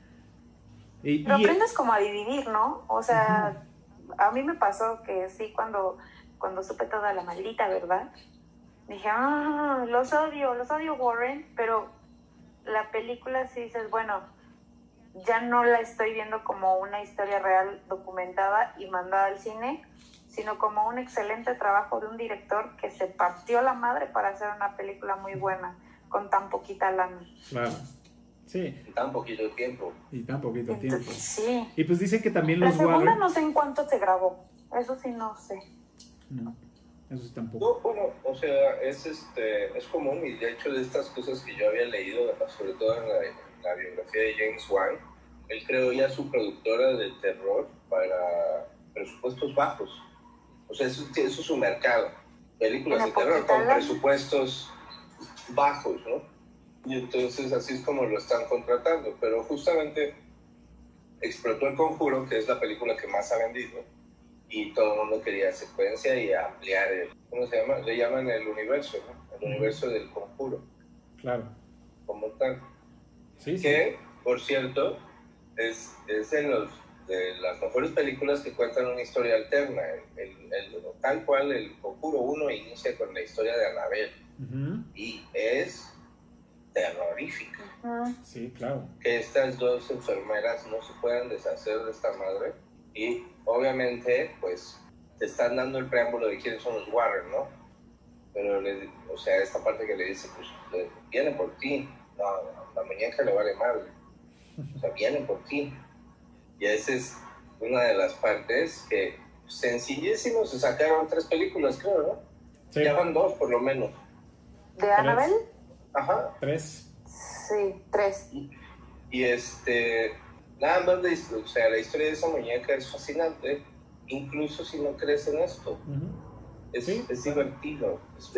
Pero aprendes como a dividir, ¿no? O sea, a mí me pasó que sí, cuando supe toda la maldita verdad, dije, los odio Warren, pero la película sí dices, bueno, ya no la estoy viendo como una historia real documentada y mandada al cine, sino como un excelente trabajo de un director que se partió la madre para hacer una película muy buena, con tan poquita lana. Claro. Sí. Y tan poquito tiempo. Entonces, sí. Y pues dicen que también la los segunda Warren... no sé en cuánto se grabó, eso sí no sé. No, eso sí tampoco. No, bueno, o sea, es común, y de hecho de estas cosas que yo había leído, sobre todo en la biografía de James Wan, él creó ya su productora de terror para presupuestos bajos. O sea, eso es su mercado. Películas de terror con presupuestos bajos, ¿no? Y entonces así es como lo están contratando. Pero justamente explotó El Conjuro, que es la película que más ha vendido, y todo el mundo quería secuencia y ampliar ¿cómo se llama? Le llaman el universo, ¿no? El universo del Conjuro. Claro. Como tal. Sí, sí. Que, por cierto, es de las mejores películas que cuentan una historia alterna. Tal cual, El Conjuro 1 inicia con la historia de Annabelle. Y es terrorífica. Sí, claro. Que estas dos enfermeras no se puedan deshacer de esta madre. Y obviamente, pues, te están dando el preámbulo de quiénes son los Warren, ¿no? Pero, o sea, esta parte que le dice, pues, vienen por ti. No, la muñeca le vale madre. O sea, vienen por ti. Y esa es una de las partes que sencillísimo se sacaron 3 películas, creo, ¿no? Sí. Ya van 2, por lo menos. ¿De Annabelle? Ajá. 3. Sí, 3. Y nada más, o sea, la historia de esa muñeca es fascinante, incluso si no crees en esto. Es divertido,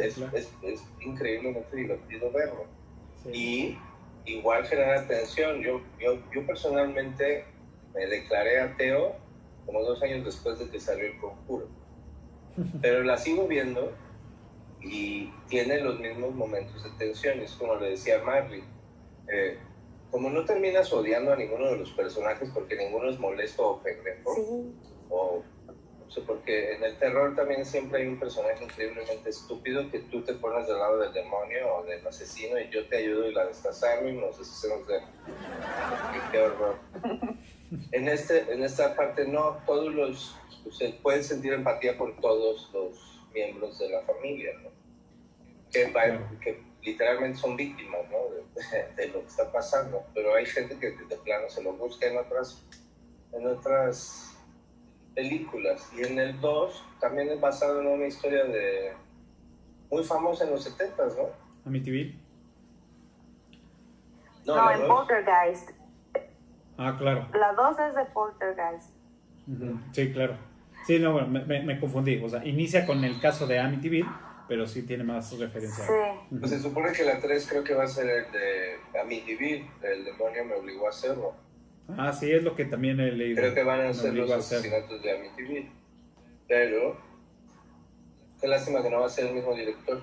es increíblemente divertido verlo. Sí. Y igual genera tensión. Yo personalmente me declaré ateo como 2 años después de que salió El Conjuro. Pero la sigo viendo y tiene los mismos momentos de tensión. Es como le decía Marley, como no terminas odiando a ninguno de los personajes porque ninguno es molesto o pendejo, Sí. o no sé, porque en el terror también siempre hay un personaje increíblemente estúpido que tú te pones del lado del demonio o del asesino y yo te ayudo y la destazarlo y nos deshacemos de él. Qué horror. En esta parte no, se puede sentir empatía por todos los miembros de la familia, ¿no? Que literalmente son víctimas, ¿no? de lo que está pasando, pero hay gente que de plano se lo busca en otras películas. Y en el 2 también es basado en una historia muy famosa en los 70s, ¿no? ¿Amityville? No, en Poltergeist. Ah, claro. La 2 es de Poltergeist. Uh-huh. Sí, claro. Sí, no, bueno, me confundí. O sea, inicia con el caso de Amityville, pero sí tiene más referencias. Sí. Uh-huh. Pues se supone que la 3 creo que va a ser el de Amityville, el demonio me obligó a hacerlo. Ah, sí, es lo que también he leído. Creo que van a ser los asesinatos de Amityville. Pero qué lástima que no va a ser el mismo director.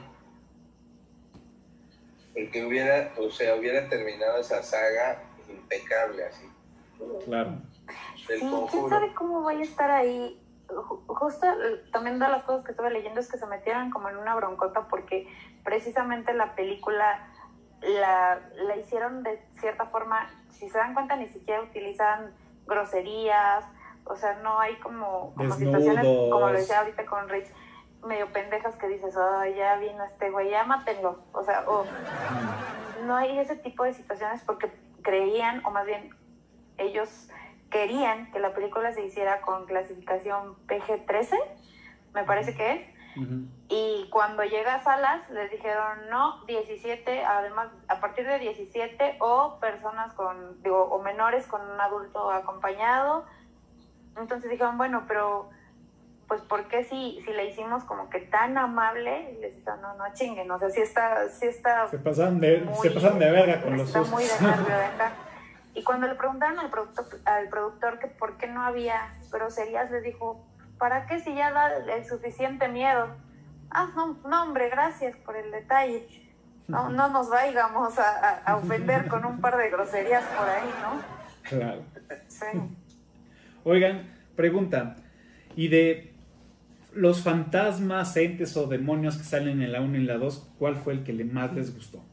Porque hubiera terminado esa saga impecable así. Claro. Sí, quién sabe cómo vaya a estar ahí. Justo también de las cosas que estuve leyendo es que se metieron como en una broncota porque precisamente la película la hicieron de cierta forma, si se dan cuenta ni siquiera utilizan groserías, o sea, no hay como situaciones, como lo decía ahorita con Rich, medio pendejas que dices, ya vino este güey, ya mátenlo, o sea, no hay ese tipo de situaciones porque creían, o más bien ellos querían que la película se hiciera con clasificación PG-13, me parece que es. Uh-huh. Y cuando llega a salas les dijeron no, 17, además a partir de 17 o personas o menores con un adulto acompañado. Entonces dijeron, bueno, pero pues ¿por qué si la hicimos como que tan amable? Y les dijeron, no chinguen, o sea, sí está se pasan de verga con los está muy de nervio de acá. Y cuando le preguntaron al productor que por qué no había groserías, les dijo, ¿para qué si ya da el suficiente miedo? No, hombre, gracias por el detalle. No nos vayamos a ofender con un par de groserías por ahí, ¿no? Claro. Sí. Oigan, pregunta, ¿y de los fantasmas, entes o demonios que salen en la 1 y la 2, cuál fue el que más les gustó?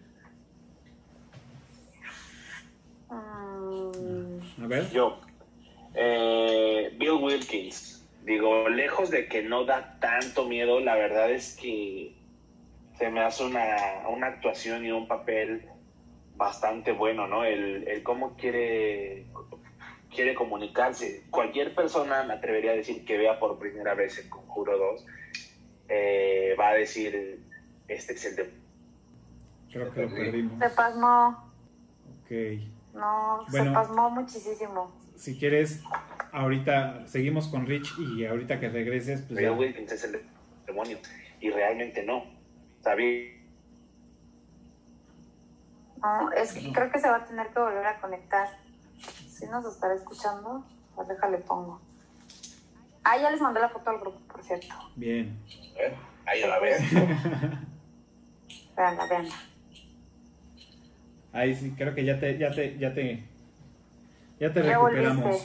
A ver. Yo, Bill Wilkins. Digo, lejos de que no da tanto miedo, la verdad es que se me hace una actuación y un papel bastante bueno, ¿no? El cómo quiere comunicarse. Cualquier persona, me atrevería a decir, que vea por primera vez El Conjuro 2, va a decir, este es el de... Creo que lo perdimos. Se pasmó. Ok. No, bueno, se pasmó muchísimo. Si quieres, ahorita seguimos con Rich y ahorita que regreses, pues Bill Wilkins es el demonio. Y realmente no. ¿Sabes? No, es que creo que se va a tener que volver a conectar. Si nos estará escuchando, pues déjale pongo. Ya les mandé la foto al grupo, por cierto. Bien. Ahí la ven. Veanla. Ahí sí, creo que ya te recuperamos. Volviste.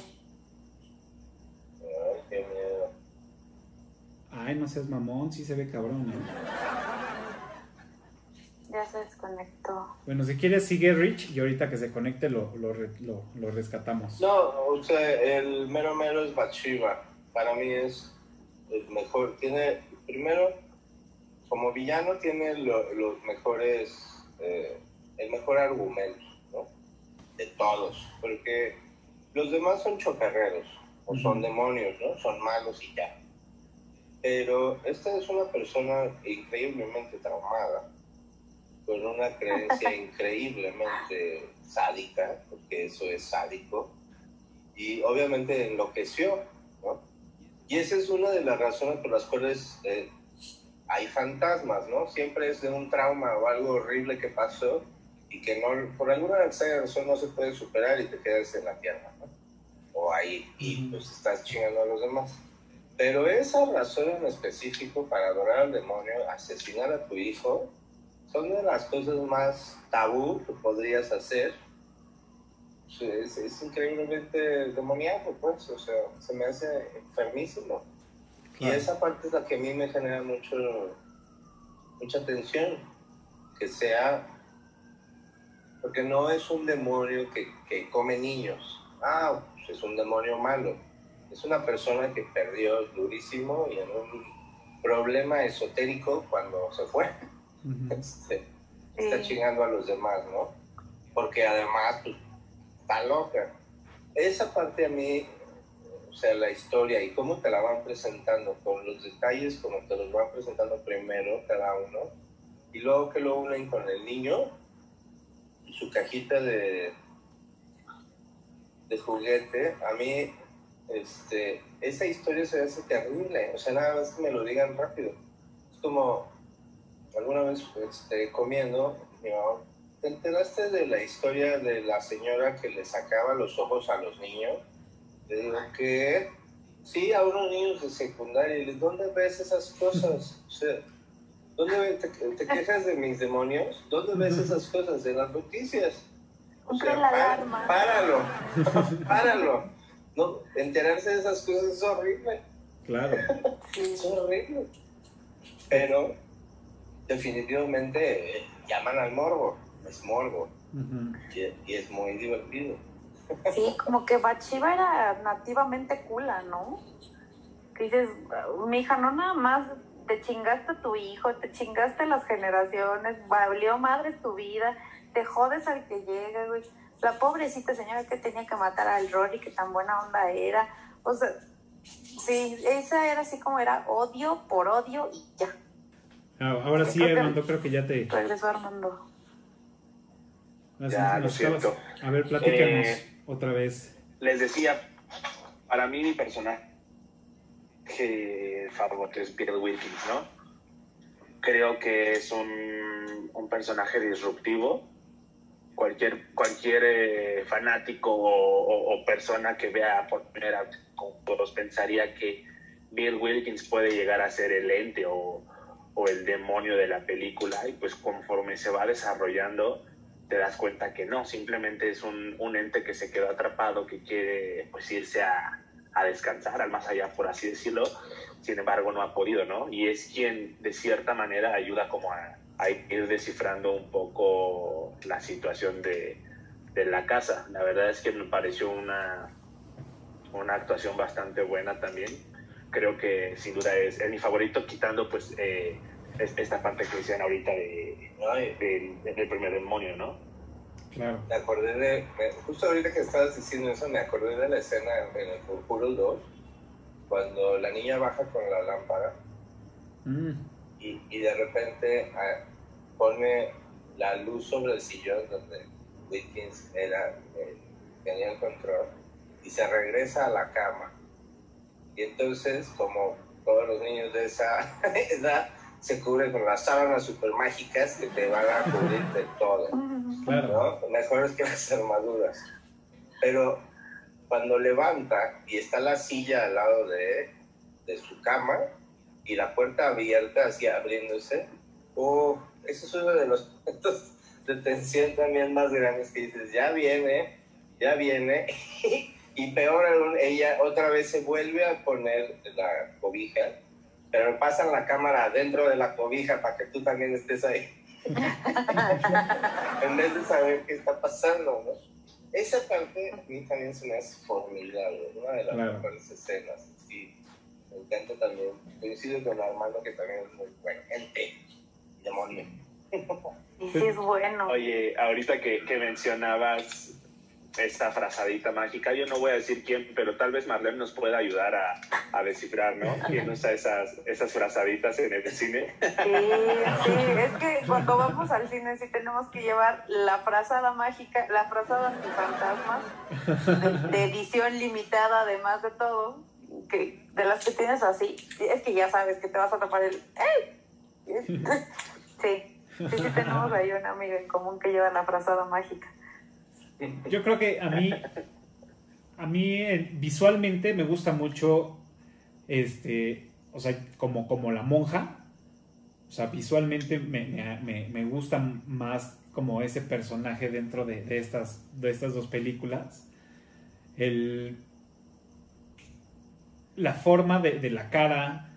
Ay, qué miedo. Ay, no seas mamón, sí se ve cabrón, Ya se desconectó. Bueno, si quieres sigue Rich y ahorita que se conecte lo rescatamos. No, o sea, el mero es Bathsheba. Para mí es el mejor. Tiene, primero, como villano tiene los mejores, el mejor argumento, ¿no? De todos, porque los demás son chocarreros, o son demonios, ¿no? Son malos y ya. Pero esta es una persona increíblemente traumada, con una creencia increíblemente sádica, porque eso es sádico, y obviamente enloqueció, ¿no? Y esa es una de las razones por las cuales hay fantasmas, ¿no? Siempre es de un trauma o algo horrible que pasó y que no, por alguna extraña razón no se puede superar y te quedas en la tierra, ¿no? O ahí ahí y pues estás chingando a los demás. Pero esa razón en específico para adorar al demonio, asesinar a tu hijo, son de las cosas más tabú que podrías hacer. Es increíblemente demoníaco, pues, o sea, se me hace enfermísimo. Claro. Y esa parte es la que a mí me genera mucha tensión, que sea, porque no es un demonio que come niños, pues es un demonio malo, es una persona que perdió durísimo y en un problema esotérico cuando se fue, está chingando a los demás, ¿no? Porque además, pues, está loca. Esa parte a mí, o sea, la historia y cómo te la van presentando, con los detalles como te los van presentando primero cada uno, y luego que lo unen con el niño y su cajita de juguete, a mí esa historia se hace terrible, o sea, nada más que me lo digan rápido. Es como alguna vez comiendo, mi mamá, ¿te enteraste de la historia de la señora que le sacaba los ojos a los niños? Le digo, ¿qué? Sí, a unos niños de secundaria. Y le digo, ¿dónde ves esas cosas? O sea, ¿dónde te quejas de mis demonios? ¿Dónde ves esas cosas? En las noticias. O sea, páralo. No, enterarse de esas cosas es horrible. Claro. Es horrible. Pero definitivamente llaman al morbo. Es morbo. Y es muy divertido. Sí, como que Bathsheba era nativamente cula, ¿no? Que dices, mi hija, no nada más te chingaste a tu hijo, te chingaste las generaciones, valió madres tu vida, te jodes al que llega, güey. La pobrecita señora que tenía que matar al Rory, que tan buena onda era. O sea, sí, esa era así como era odio por odio y ya. Ahora sí, Armando, creo que ya te... Regresó Armando. Ya, lo siento. A ver, platícanos otra vez. Les decía, para mí mi personaje favorito es Peter Wilkins, ¿no? Creo que es un personaje disruptivo. Cualquier fanático o persona que vea por primera vez con todos pensaría que Bill Wilkins puede llegar a ser el ente o el demonio de la película, y pues conforme se va desarrollando te das cuenta que no, simplemente es un ente que se quedó atrapado, que quiere pues irse a descansar al más allá, por así decirlo. Sin embargo no ha podido, ¿no? Y es quien de cierta manera ayuda como a ir descifrando un poco la situación de la casa. La verdad es que me pareció una actuación bastante buena también. Creo que sin duda es mi favorito, quitando pues esta parte que decían ahorita del primer demonio, ¿no? Claro. Me acordé justo ahorita que estabas diciendo eso, me acordé de la escena en el Conjuro 2, cuando la niña baja con la lámpara y de repente pone la luz sobre el sillón donde Wilkins tenía el control, y se regresa a la cama. Y entonces, como todos los niños de esa edad, se cubren con las sábanas super mágicas que te van a cubrir de todo. Claro. ¿No? Mejores que las armaduras. Pero cuando levanta y está la silla al lado de su cama y la puerta abierta, así abriéndose, eso es uno de los momentos de tensión también más grandes, que dices, ya viene, y peor aún, ella otra vez se vuelve a poner la cobija, pero pasan la cámara dentro de la cobija para que tú también estés ahí. En vez de saber qué está pasando, ¿no? Esa parte a mí también se me hace formidable, una de las mejores escenas. Sí, me encanta también. Coincido con Armando, que también es muy buen ente, demonio. Sí, es bueno. Oye, ahorita que mencionabas esta frazadita mágica, yo no voy a decir quién, pero tal vez Marlene nos pueda ayudar a descifrar, ¿no? ¿Quién usa esas frazaditas en el cine? Sí, es que cuando vamos al cine sí tenemos que llevar la frazada mágica, la frazada antifantasmas, de edición limitada, además de todo, que de las que tienes así, es que ya sabes que te vas a tapar el... Sí, tenemos ahí una amiga en común que lleva la frazada mágica. Yo creo que a mí a mí visualmente me gusta mucho, o sea, como la monja. O sea, visualmente me gusta más como ese personaje dentro de estas dos películas. La forma de la cara,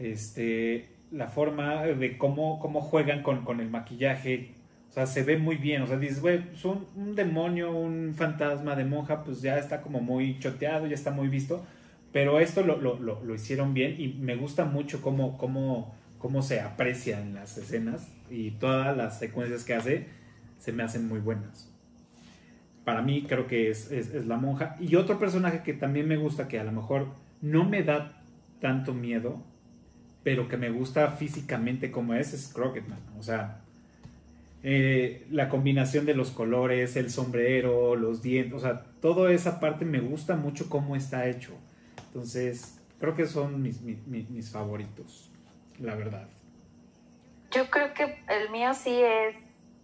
la forma de cómo juegan con el maquillaje. O sea, se ve muy bien. O sea, dices, güey, pues un demonio, un fantasma de monja, pues ya está como muy choteado, ya está muy visto. Pero esto lo hicieron bien y me gusta mucho cómo se aprecia en las escenas, y todas las secuencias que hace se me hacen muy buenas. Para mí creo que es la monja. Y otro personaje que también me gusta, que a lo mejor no me da tanto miedo, pero que me gusta físicamente como es Crockett-Man. O sea, la combinación de los colores, el sombrero, los dientes, o sea, toda esa parte me gusta mucho cómo está hecho. Entonces, creo que son mis favoritos, la verdad. Yo creo que el mío sí es...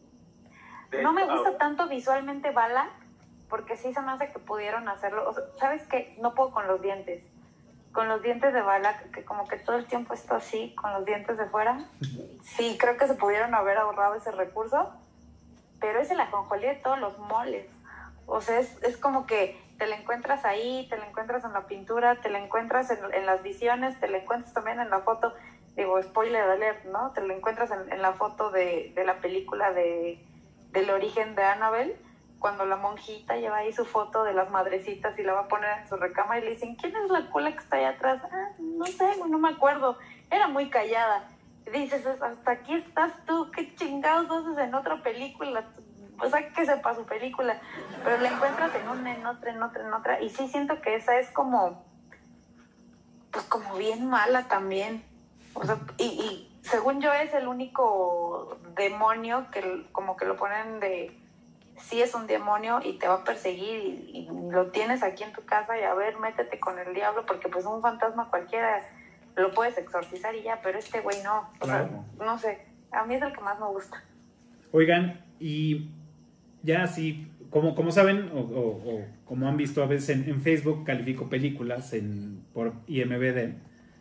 No me gusta tanto visualmente Bala, porque sí se me hace que pudieron hacerlo. O sea, ¿sabes qué? No puedo con los dientes. Con los dientes de Bala, que como que todo el tiempo está así, con los dientes de fuera. Sí, creo que se pudieron haber ahorrado ese recurso, pero es el ajonjolí de todos los moles. O sea, es como que te la encuentras ahí, te la encuentras en la pintura, te la encuentras en las visiones, te la encuentras también en la foto. Digo, spoiler alert, ¿no? Te lo encuentras en la foto de la película del origen de Annabelle, cuando la monjita lleva ahí su foto de las madrecitas y la va a poner en su recámara y le dicen, ¿quién es la cola que está allá atrás? No sé, no me acuerdo. Era muy callada. Y dices, hasta aquí estás tú, ¿qué chingados haces en otra película? O sea, que sepa su película. Pero la encuentras en una, en otra. Y sí siento que esa es como, pues como bien mala también. O sea, y según yo es el único demonio que como que lo ponen de... Sí es un demonio y te va a perseguir y lo tienes aquí en tu casa y a ver, métete con el diablo, porque pues un fantasma cualquiera lo puedes exorcizar y ya, pero este güey no. O claro. sea, no sé, a mí es el que más me gusta. Oigan, y ya así, como saben o como han visto a veces en Facebook, califico películas por IMDb.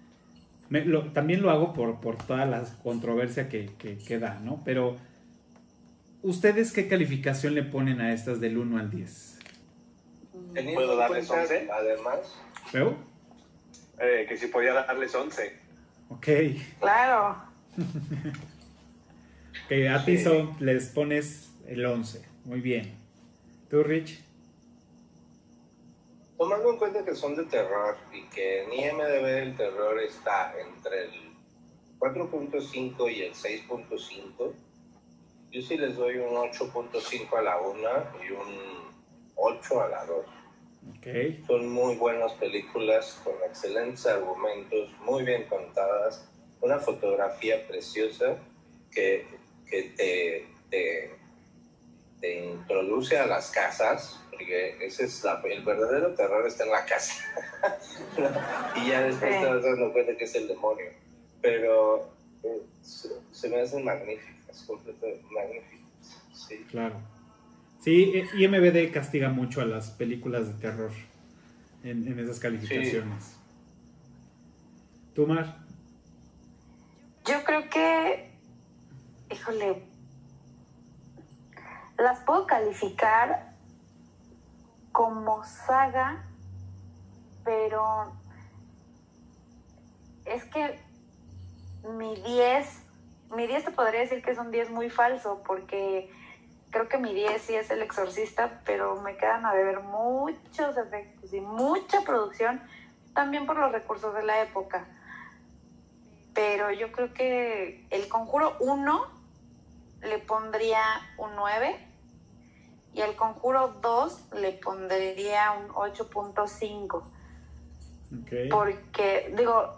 También lo hago por toda la controversia que da, ¿no? Pero, ¿ustedes qué calificación le ponen a estas del 1 al 10? ¿Puedo darles 11? Además. ¿Veo? Que si podía darles 11. Ok. Claro. Que a ti les pones el 11. Muy bien. ¿Tú, Rich? Tomando en cuenta que son de terror y que en IMDb el terror está entre el 4.5 y el 6.5, yo sí les doy un 8.5 a la 1 y un 8 a la 2. Okay. Son muy buenas películas con excelentes argumentos, muy bien contadas, una fotografía preciosa que te introduce a las casas, porque ese es el verdadero terror está en la casa. Y ya después te vas dando cuenta que es el demonio. Pero se me hacen magníficas, completamente magníficas. Sí. Claro. Sí, IMDb castiga mucho a las películas de terror en esas calificaciones. Sí. ¿Tú, Mar? Yo creo que, híjole, las puedo calificar como saga, pero es que mi 10 te podría decir que es un 10 muy falso, porque creo que mi 10 sí es El Exorcista, pero me quedan a deber muchos efectos y mucha producción, también por los recursos de la época. Pero yo creo que El Conjuro 1 le pondría un 9 y El Conjuro 2 le pondría un 8.5. Okay. Porque, digo,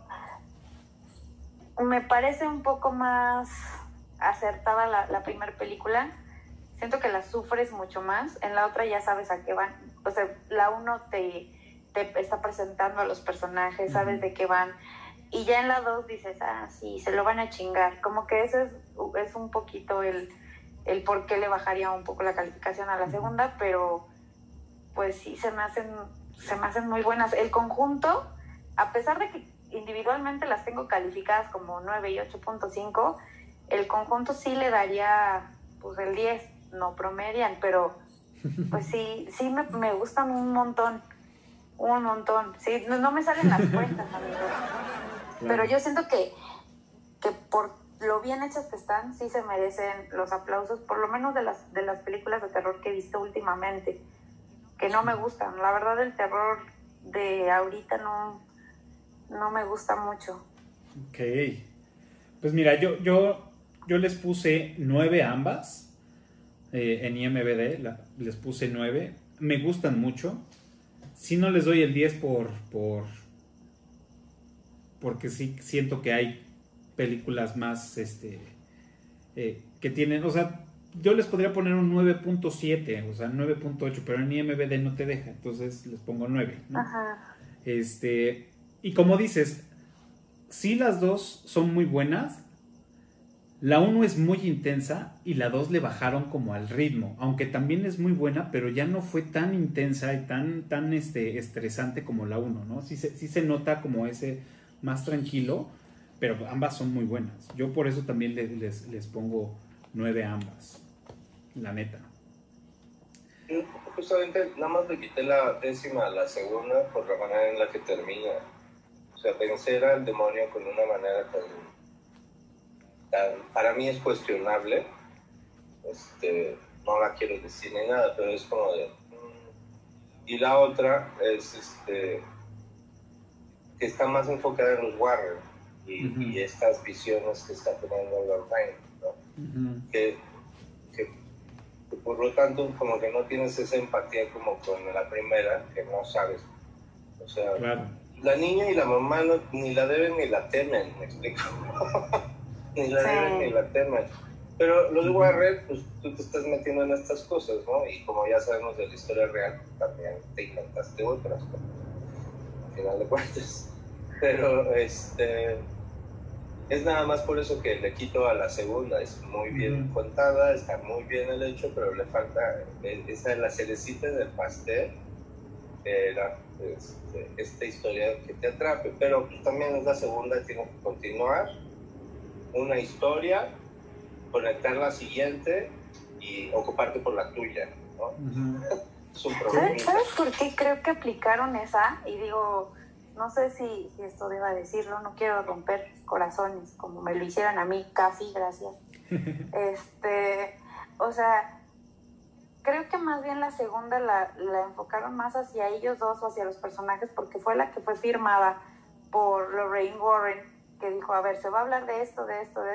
me parece un poco más acertada la primera película. Siento que la sufres mucho más. En la otra ya sabes a qué van. O sea, la 1 te está presentando a los personajes, sabes de qué van. Y ya en la 2 dices, sí, se lo van a chingar. Como que ese es un poquito el por qué le bajaría un poco la calificación a la segunda, pero pues sí, se me hacen se me hacen muy buenas. El conjunto, a pesar de que individualmente las tengo calificadas como 9 y 8.5, el conjunto sí le daría pues el 10, no promedian, pero pues sí me gustan un montón, sí, no me salen las cuentas, amigos, pero yo siento que por lo bien hechas que están, sí se merecen los aplausos, por lo menos de las películas de terror que he visto últimamente, que no me gustan. La verdad, el terror de ahorita no me gusta mucho. Ok. Pues mira, yo les puse 9 a ambas. En IMDb les puse 9. Me gustan mucho. Sí no les doy el 10 porque sí siento que hay películas más que tienen, o sea, yo les podría poner un 9.7, o sea, 9.8, pero en IMDb no te deja, entonces les pongo 9, ¿no? Ajá. Y como dices, sí, las dos son muy buenas. La 1 es muy intensa y la 2 le bajaron como al ritmo, aunque también es muy buena, pero ya no fue tan intensa y tan estresante como la 1, ¿no? Sí se nota como ese más tranquilo, pero ambas son muy buenas. Yo por eso también les pongo 9 a ambas, la neta. Justamente nada más le quité la décima a la segunda por la manera en la que termina. O sea, vencer al demonio con una manera tan para mí es cuestionable. No la quiero decir ni nada, pero es como de... Y la otra es que está más enfocada en los Warren y estas visiones que está teniendo Lorraine, ¿no? Que por lo tanto como que no tienes esa empatía como con la primera, que no sabes. O sea, claro. La niña y la mamá ni la deben ni la temen, ¿me explico? Ni la deben ni la temen. Pero los Warren, pues tú te estás metiendo en estas cosas, ¿no? Y como ya sabemos de la historia real, también te inventaste otras, ¿no? Al final de cuentas. Pero es nada más por eso que le quito a la segunda. Es muy bien contada, está muy bien el hecho, pero le falta esa la cerecita del pastel, esta historia que te atrape. Pero pues, también es la segunda, tiene que continuar una historia, conectar la siguiente y ocuparte por la tuya, ¿no? Es un problema. ¿Sabes por qué creo que aplicaron esa? Y digo, no sé si esto deba decirlo, no quiero romper corazones como me lo hicieron a mí, casi, gracias. O sea, creo que más bien la segunda la enfocaron más hacia ellos dos o hacia los personajes, porque fue la que fue firmada por Lorraine Warren, que dijo, a ver, se va a hablar de esto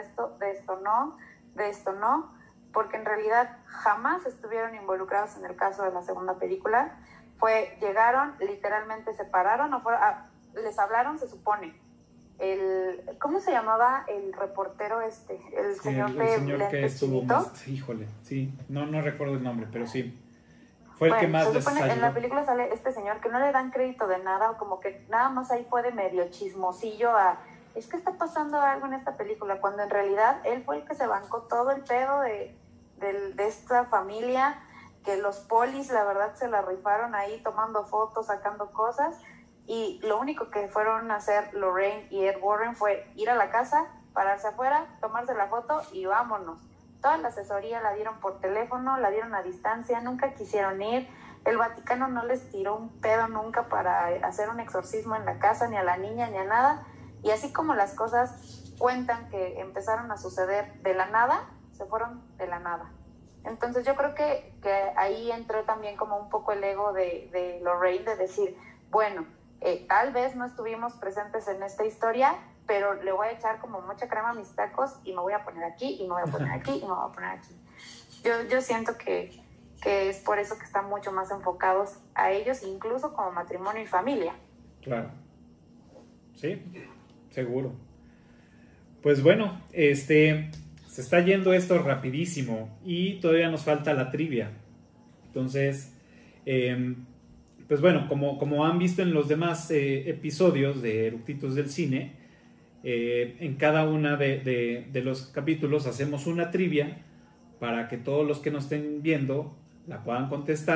no, porque en realidad jamás estuvieron involucrados en el caso de la segunda película. Llegaron, literalmente se pararon, les hablaron, se supone. ¿Cómo se llamaba el reportero el señor que estuvo más, híjole, sí, no recuerdo el nombre, pero sí. Fue el que más les ayudó. En la película sale este señor que no le dan crédito de nada, o como que nada más ahí fue de medio chismosillo es que está pasando algo en esta película, cuando en realidad él fue el que se bancó todo el pedo de esta familia, que los polis la verdad se la rifaron ahí tomando fotos, sacando cosas, y lo único que fueron a hacer Lorraine y Ed Warren fue ir a la casa, pararse afuera, tomarse la foto y vámonos. Toda la asesoría la dieron por teléfono, la dieron a distancia, nunca quisieron ir. El Vaticano no les tiró un pedo nunca para hacer un exorcismo en la casa, ni a la niña, ni a nada. Y así como las cosas cuentan que empezaron a suceder de la nada, se fueron de la nada. Entonces yo creo que ahí entró también como un poco el ego de Lorraine, de decir, bueno, tal vez no estuvimos presentes en esta historia, pero le voy a echar como mucha crema a mis tacos y me voy a poner aquí, y me voy a poner aquí, y me voy a poner aquí. Yo siento que es por eso que están mucho más enfocados a ellos, incluso como matrimonio y familia. Claro. Sí, seguro. Pues bueno, se está yendo esto rapidísimo y todavía nos falta la trivia. Entonces, pues bueno, como han visto en los demás episodios de Eructitos del Cine, en cada una de los capítulos hacemos una trivia para que todos los que nos estén viendo la puedan contestar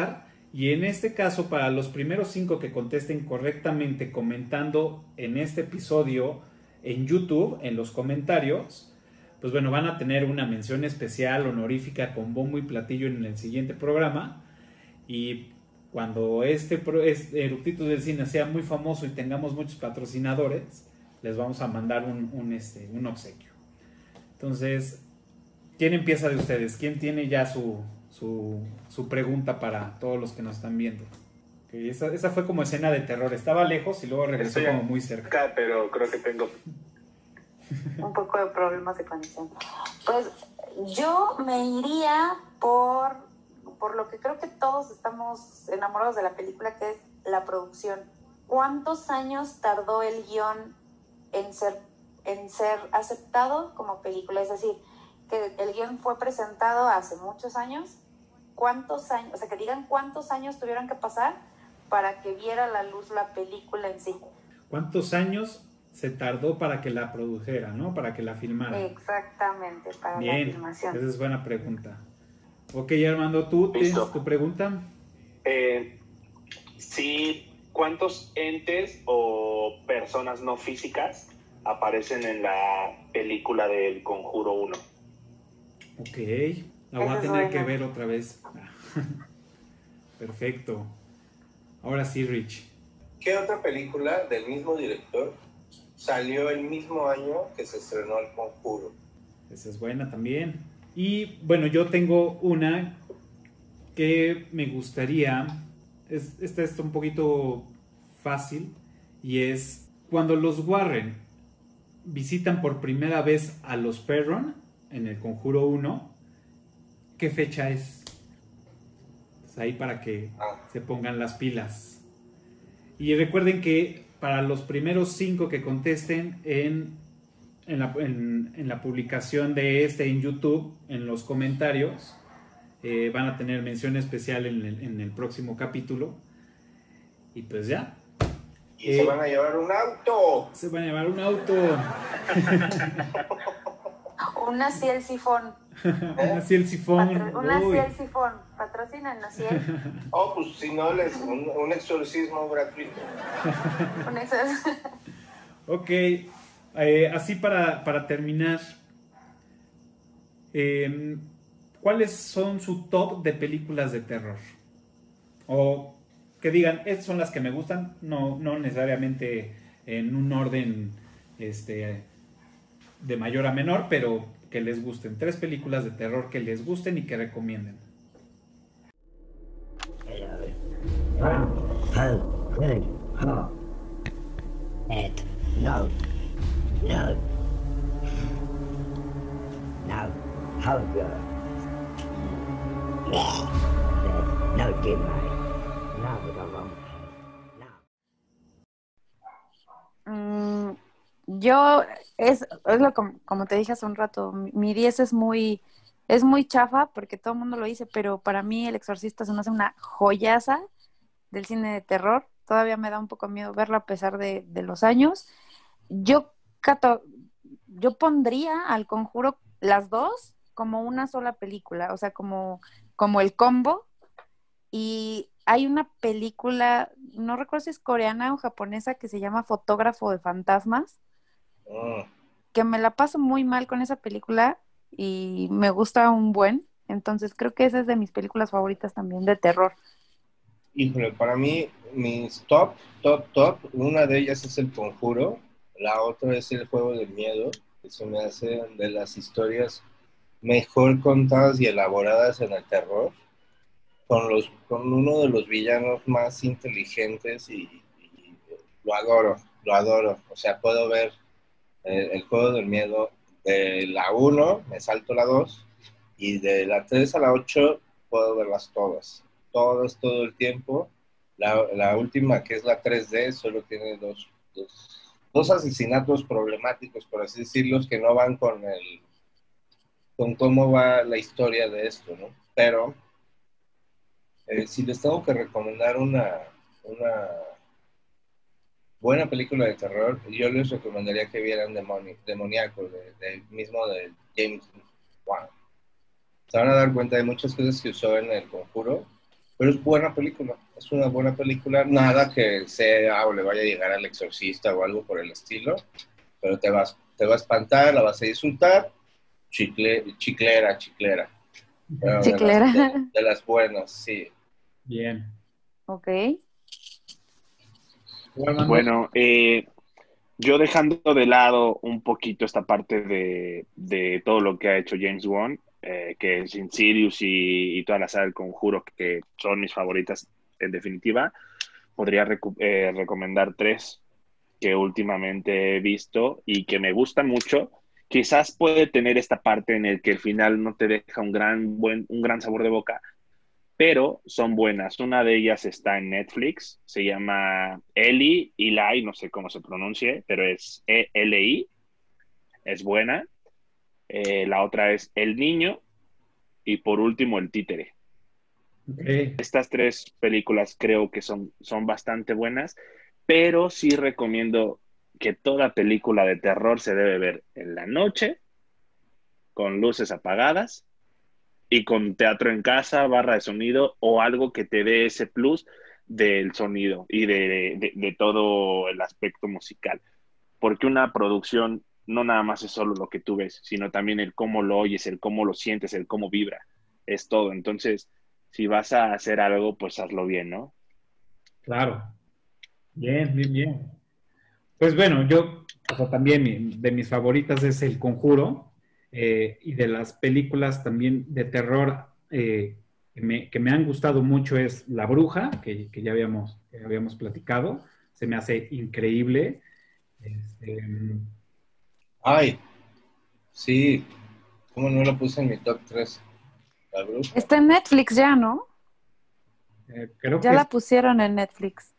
Y en este caso, para los primeros 5 que contesten correctamente comentando en este episodio en YouTube, en los comentarios, pues bueno, van a tener una mención especial honorífica con bombo y platillo en el siguiente programa. Y cuando este Eructitos del Cine sea muy famoso y tengamos muchos patrocinadores, les vamos a mandar un obsequio. Entonces, ¿quién empieza de ustedes? ¿Quién tiene ya su pregunta para todos los que nos están viendo? Okay, esa fue como escena de terror. Estaba lejos y luego regresó como muy cerca. Pero creo que tengo un poco de problemas de conexión. Pues yo me iría por lo que creo que todos estamos enamorados de la película, que es la producción. ¿Cuántos años tardó el guión en ser aceptado como película? Es decir, que el guión fue presentado hace muchos años. ¿Cuántos años? O sea, que digan cuántos años tuvieron que pasar para que viera la luz la película en sí. ¿Cuántos años se tardó para que la produjera, ¿no? Para que la filmara. Exactamente, para Bien, la filmación. Esa es buena pregunta. Ok, Armando, ¿tú tienes tu pregunta? Sí, ¿cuántos entes o personas no físicas aparecen en la película del Conjuro 1? Ok, la voy a tener que ver otra vez. Perfecto. Ahora sí, Rich. ¿Qué otra película del mismo director salió el mismo año que se estrenó El Conjuro? Esa es buena también. Y bueno, yo tengo una que me gustaría, esta está un poquito fácil, y es cuando los Warren visitan por primera vez a los Perron en El Conjuro 1, ¿qué fecha es? Pues ahí para que se pongan las pilas. Y recuerden que para los primeros 5 que contesten en la publicación de en YouTube, en los comentarios, van a tener mención especial en el próximo capítulo. Y pues ya. Y se van a llevar un auto. Se van a llevar un auto. Una Ciel Sifón. Una Ciel Sifón. Una Ciel Sifón. Patrocinan la Ciel. Oh, pues si no, un exorcismo gratuito. Un exorcismo. Ok. Así para terminar, ¿cuáles son su top de películas de terror? O que digan, estas son las que me gustan, no necesariamente en un orden de mayor a menor, pero que les gusten. 3 películas de terror que les gusten y que recomienden. No. Hold your. No, dear mate. No, we don't want No. Yo, es lo como te dije hace un rato, mi 10 es muy chafa porque todo el mundo lo dice, pero para mí El Exorcista se me hace una joyaza del cine de terror. Todavía me da un poco miedo verla a pesar de los años. Yo pondría al Conjuro las 2 como una sola película, o sea, como el combo. Y hay una película, no recuerdo si es coreana o japonesa, que se llama Fotógrafo de Fantasmas, que me la paso muy mal con esa película y me gusta un buen. Entonces creo que esa es de mis películas favoritas también de terror. Híjole, para mí, mis top, una de ellas es El Conjuro, la otra es El Juego del Miedo, que se me hace de las historias mejor contadas y elaboradas en el terror, con uno de los villanos más inteligentes y lo adoro. O sea, puedo ver El Juego del Miedo de la 1, me salto la 2, y de la 3 a la 8 puedo verlas todas todo el tiempo. La última, que es la 3D, solo tiene dos asesinatos problemáticos, por así decirlos, que no van con cómo va la historia de esto, ¿no? Pero si les tengo que recomendar una buena película de terror, yo les recomendaría que vieran Demoníaco, mismo de James Wan. Se van a dar cuenta de muchas cosas que usó en El Conjuro, Pero es buena película, es una buena película, nada que sea o le vaya a llegar al Exorcista o algo por el estilo, pero te va a espantar, la vas a disfrutar, chiclera. Pero Chiclera. de las buenas, sí. Bien. Ok. Bueno, yo dejando de lado un poquito esta parte de todo lo que ha hecho James Wan, que es Insidious y toda la saga del Conjuro, que son mis favoritas en definitiva, podría recomendar 3 que últimamente he visto y que me gustan mucho. Quizás puede tener esta parte en el que el final no te deja un gran sabor de boca, pero son buenas. Una de ellas está en Netflix, se llama Eli, no sé cómo se pronuncie, pero es ELI, es buena. La otra es El Niño y por último El Títere. Okay. Estas 3 películas creo que son bastante buenas, pero sí recomiendo que toda película de terror se debe ver en la noche, con luces apagadas y con teatro en casa, barra de sonido o algo que te dé ese plus del sonido y de todo el aspecto musical. Porque una producción no nada más es solo lo que tú ves, sino también el cómo lo oyes, el cómo lo sientes, el cómo vibra. Es todo. Entonces, si vas a hacer algo, pues hazlo bien, ¿no? Claro. Bien, bien, bien. Pues bueno, yo, o sea, también de mis favoritas es El Conjuro, y de las películas también de terror que me han gustado mucho es La Bruja, que ya habíamos platicado, se me hace increíble. Este, Ay, sí, ¿cómo no lo puse en mi top 3? La Bruja. Está en Netflix ya, ¿no? creo Ya que la pusieron en Netflix.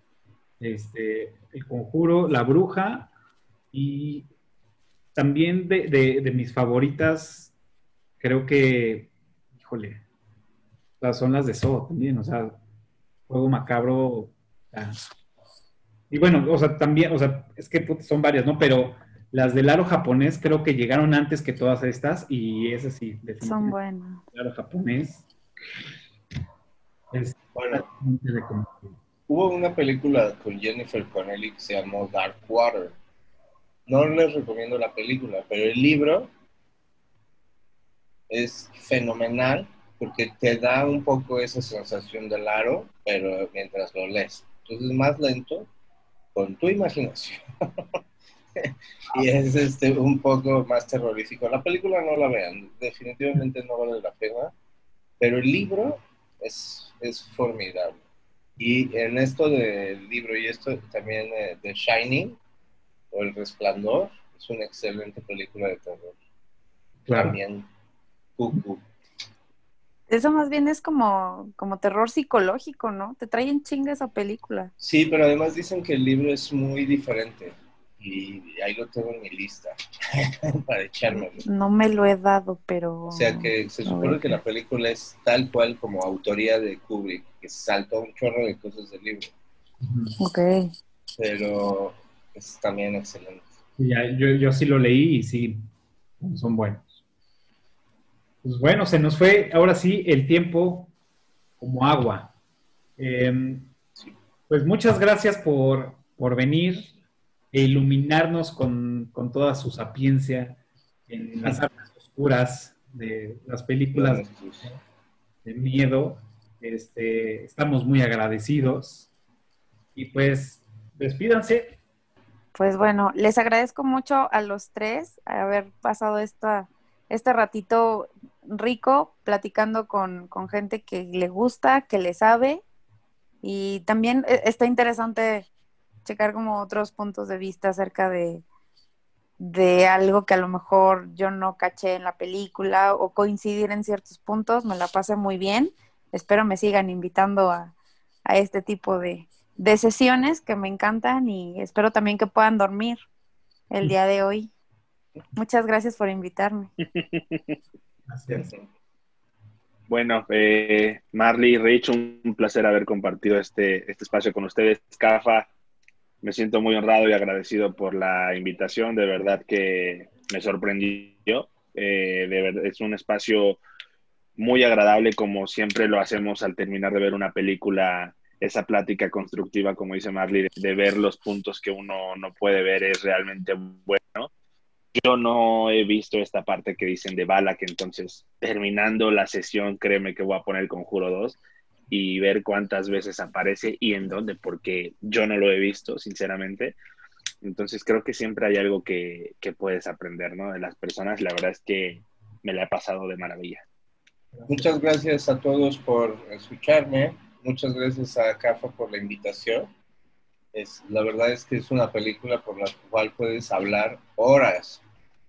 El Conjuro, La Bruja, y también de mis favoritas, creo que, híjole, son las de Saw también, o sea, Juego Macabro. O sea, y bueno, o sea, también, o sea, es que son varias, ¿no? Pero las del aro japonés creo que llegaron antes que todas estas, y esas sí, Son definitivamente. buenas. El aro japonés es Bueno, altamente reconocible. hubo una película con Jennifer Connelly que se llamó Dark Water. No les recomiendo la película, pero el libro es fenomenal porque te da un poco esa sensación del aro, pero mientras lo lees. Entonces, más lento, con tu imaginación. Y es un poco más terrorífico. La película no la vean, definitivamente no vale la pena, pero el libro es formidable. Y en esto del libro y esto también The Shining o El Resplandor es una excelente película de terror. Claro. También cuckoo. Eso más bien es como terror psicológico, ¿no? Te trae en chinga esa película. Sí, pero además dicen que el libro es muy diferente. Y ahí lo tengo en mi lista para echármelo. No me lo he dado, pero... O sea que se supone que la película es tal cual como autoría de Kubrick, que saltó un chorro de cosas del libro. Ok. Pero es también excelente. Y ya, yo sí lo leí y sí, son buenos. Pues bueno, se nos fue ahora sí el tiempo como agua. Pues muchas gracias por venir e iluminarnos con toda su sapiencia en las artes oscuras de las películas de miedo. Estamos muy agradecidos y pues despídanse. Pues bueno, les agradezco mucho a los 3 haber pasado este ratito rico platicando con gente que le gusta, que le sabe, y también está interesante checar como otros puntos de vista acerca de algo que a lo mejor yo no caché en la película o coincidir en ciertos puntos. Me la pasé muy bien. Espero me sigan invitando a este tipo de sesiones que me encantan, y espero también que puedan dormir el día de hoy. Muchas gracias por invitarme. Gracias. Bueno, Marley, Rich, un placer haber compartido este espacio con ustedes. Cafa, me siento muy honrado y agradecido por la invitación. De verdad que me sorprendió. De verdad, es un espacio muy agradable, como siempre lo hacemos al terminar de ver una película. Esa plática constructiva, como dice Marley, de ver los puntos que uno no puede ver es realmente bueno. Yo no he visto esta parte que dicen de Balak, entonces terminando la sesión, créeme que voy a poner el Conjuro 2 y ver cuántas veces aparece y en dónde, porque yo no lo he visto, sinceramente. Entonces creo que siempre hay algo que puedes aprender, ¿no? De las personas. La verdad es que me la he pasado de maravilla. Muchas gracias a todos por escucharme. Muchas gracias a Cafa por la invitación. La verdad es que es una película por la cual puedes hablar horas.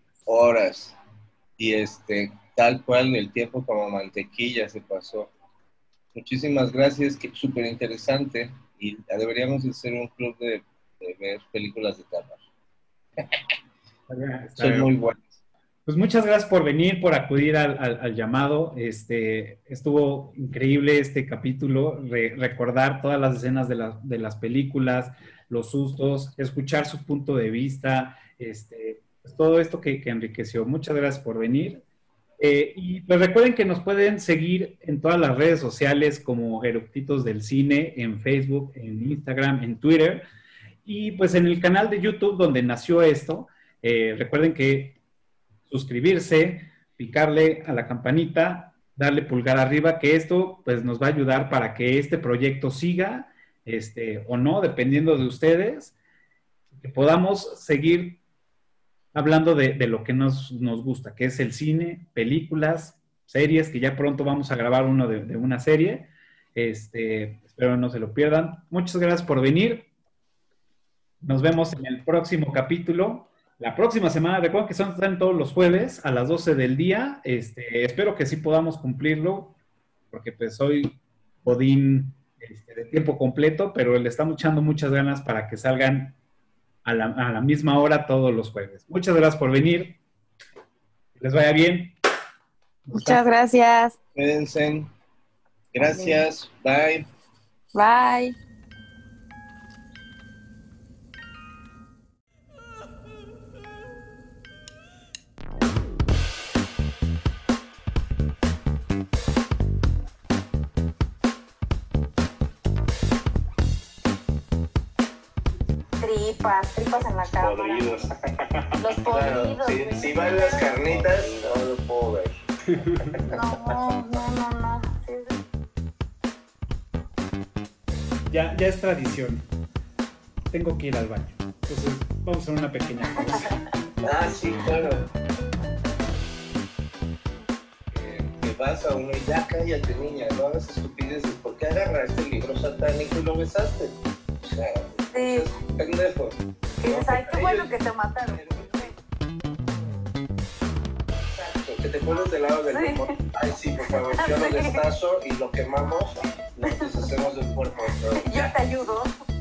Y tal cual el tiempo como mantequilla se pasó. Muchísimas gracias, que súper interesante. Y deberíamos de hacer un club de ver películas de terror. Son muy buenas. Pues muchas gracias por venir, por acudir al llamado. Estuvo increíble este capítulo, recordar todas las escenas de las películas, los sustos, escuchar su punto de vista, pues todo esto que enriqueció. Muchas gracias por venir. Y pues recuerden que nos pueden seguir en todas las redes sociales como Eructitos del Cine, en Facebook, en Instagram, en Twitter, y pues en el canal de YouTube donde nació esto. Recuerden que suscribirse, picarle a la campanita, darle pulgar arriba, que esto pues nos va a ayudar para que este proyecto siga, o no, dependiendo de ustedes, que podamos seguir hablando de lo que nos gusta, que es el cine, películas, series, que ya pronto vamos a grabar uno de una serie. Espero no se lo pierdan. Muchas gracias por venir. Nos vemos en el próximo capítulo. La próxima semana, recuerden que están todos los jueves a las 12 del día. Espero que sí podamos cumplirlo, porque pues soy godín de tiempo completo, pero le estamos echando muchas ganas para que salgan a la misma hora todos los jueves. Muchas gracias por venir. Que les vaya bien. Muchas gracias. Cuídense. Gracias. Bye. Bye. Tripas en la cámara. Podridos. Los podridos. Claro, si van las carnitas, no lo puedo ver. No. Sí. Ya es tradición. Tengo que ir al baño. Entonces, vamos a hacer una pequeña pausa. Sí, claro. Que vas a uno y ya cállate, niña, no hagas estupideces. ¿Por qué agarraste el libro satánico y lo besaste? O sea, Sí. pendejo. Y dices, ay, qué bueno que te mataron. Exacto, que te pones del lado del amor. Ay, sí, por favor, yo lo destazo y lo quemamos, nos deshacemos del cuerpo. Yo te ayudo.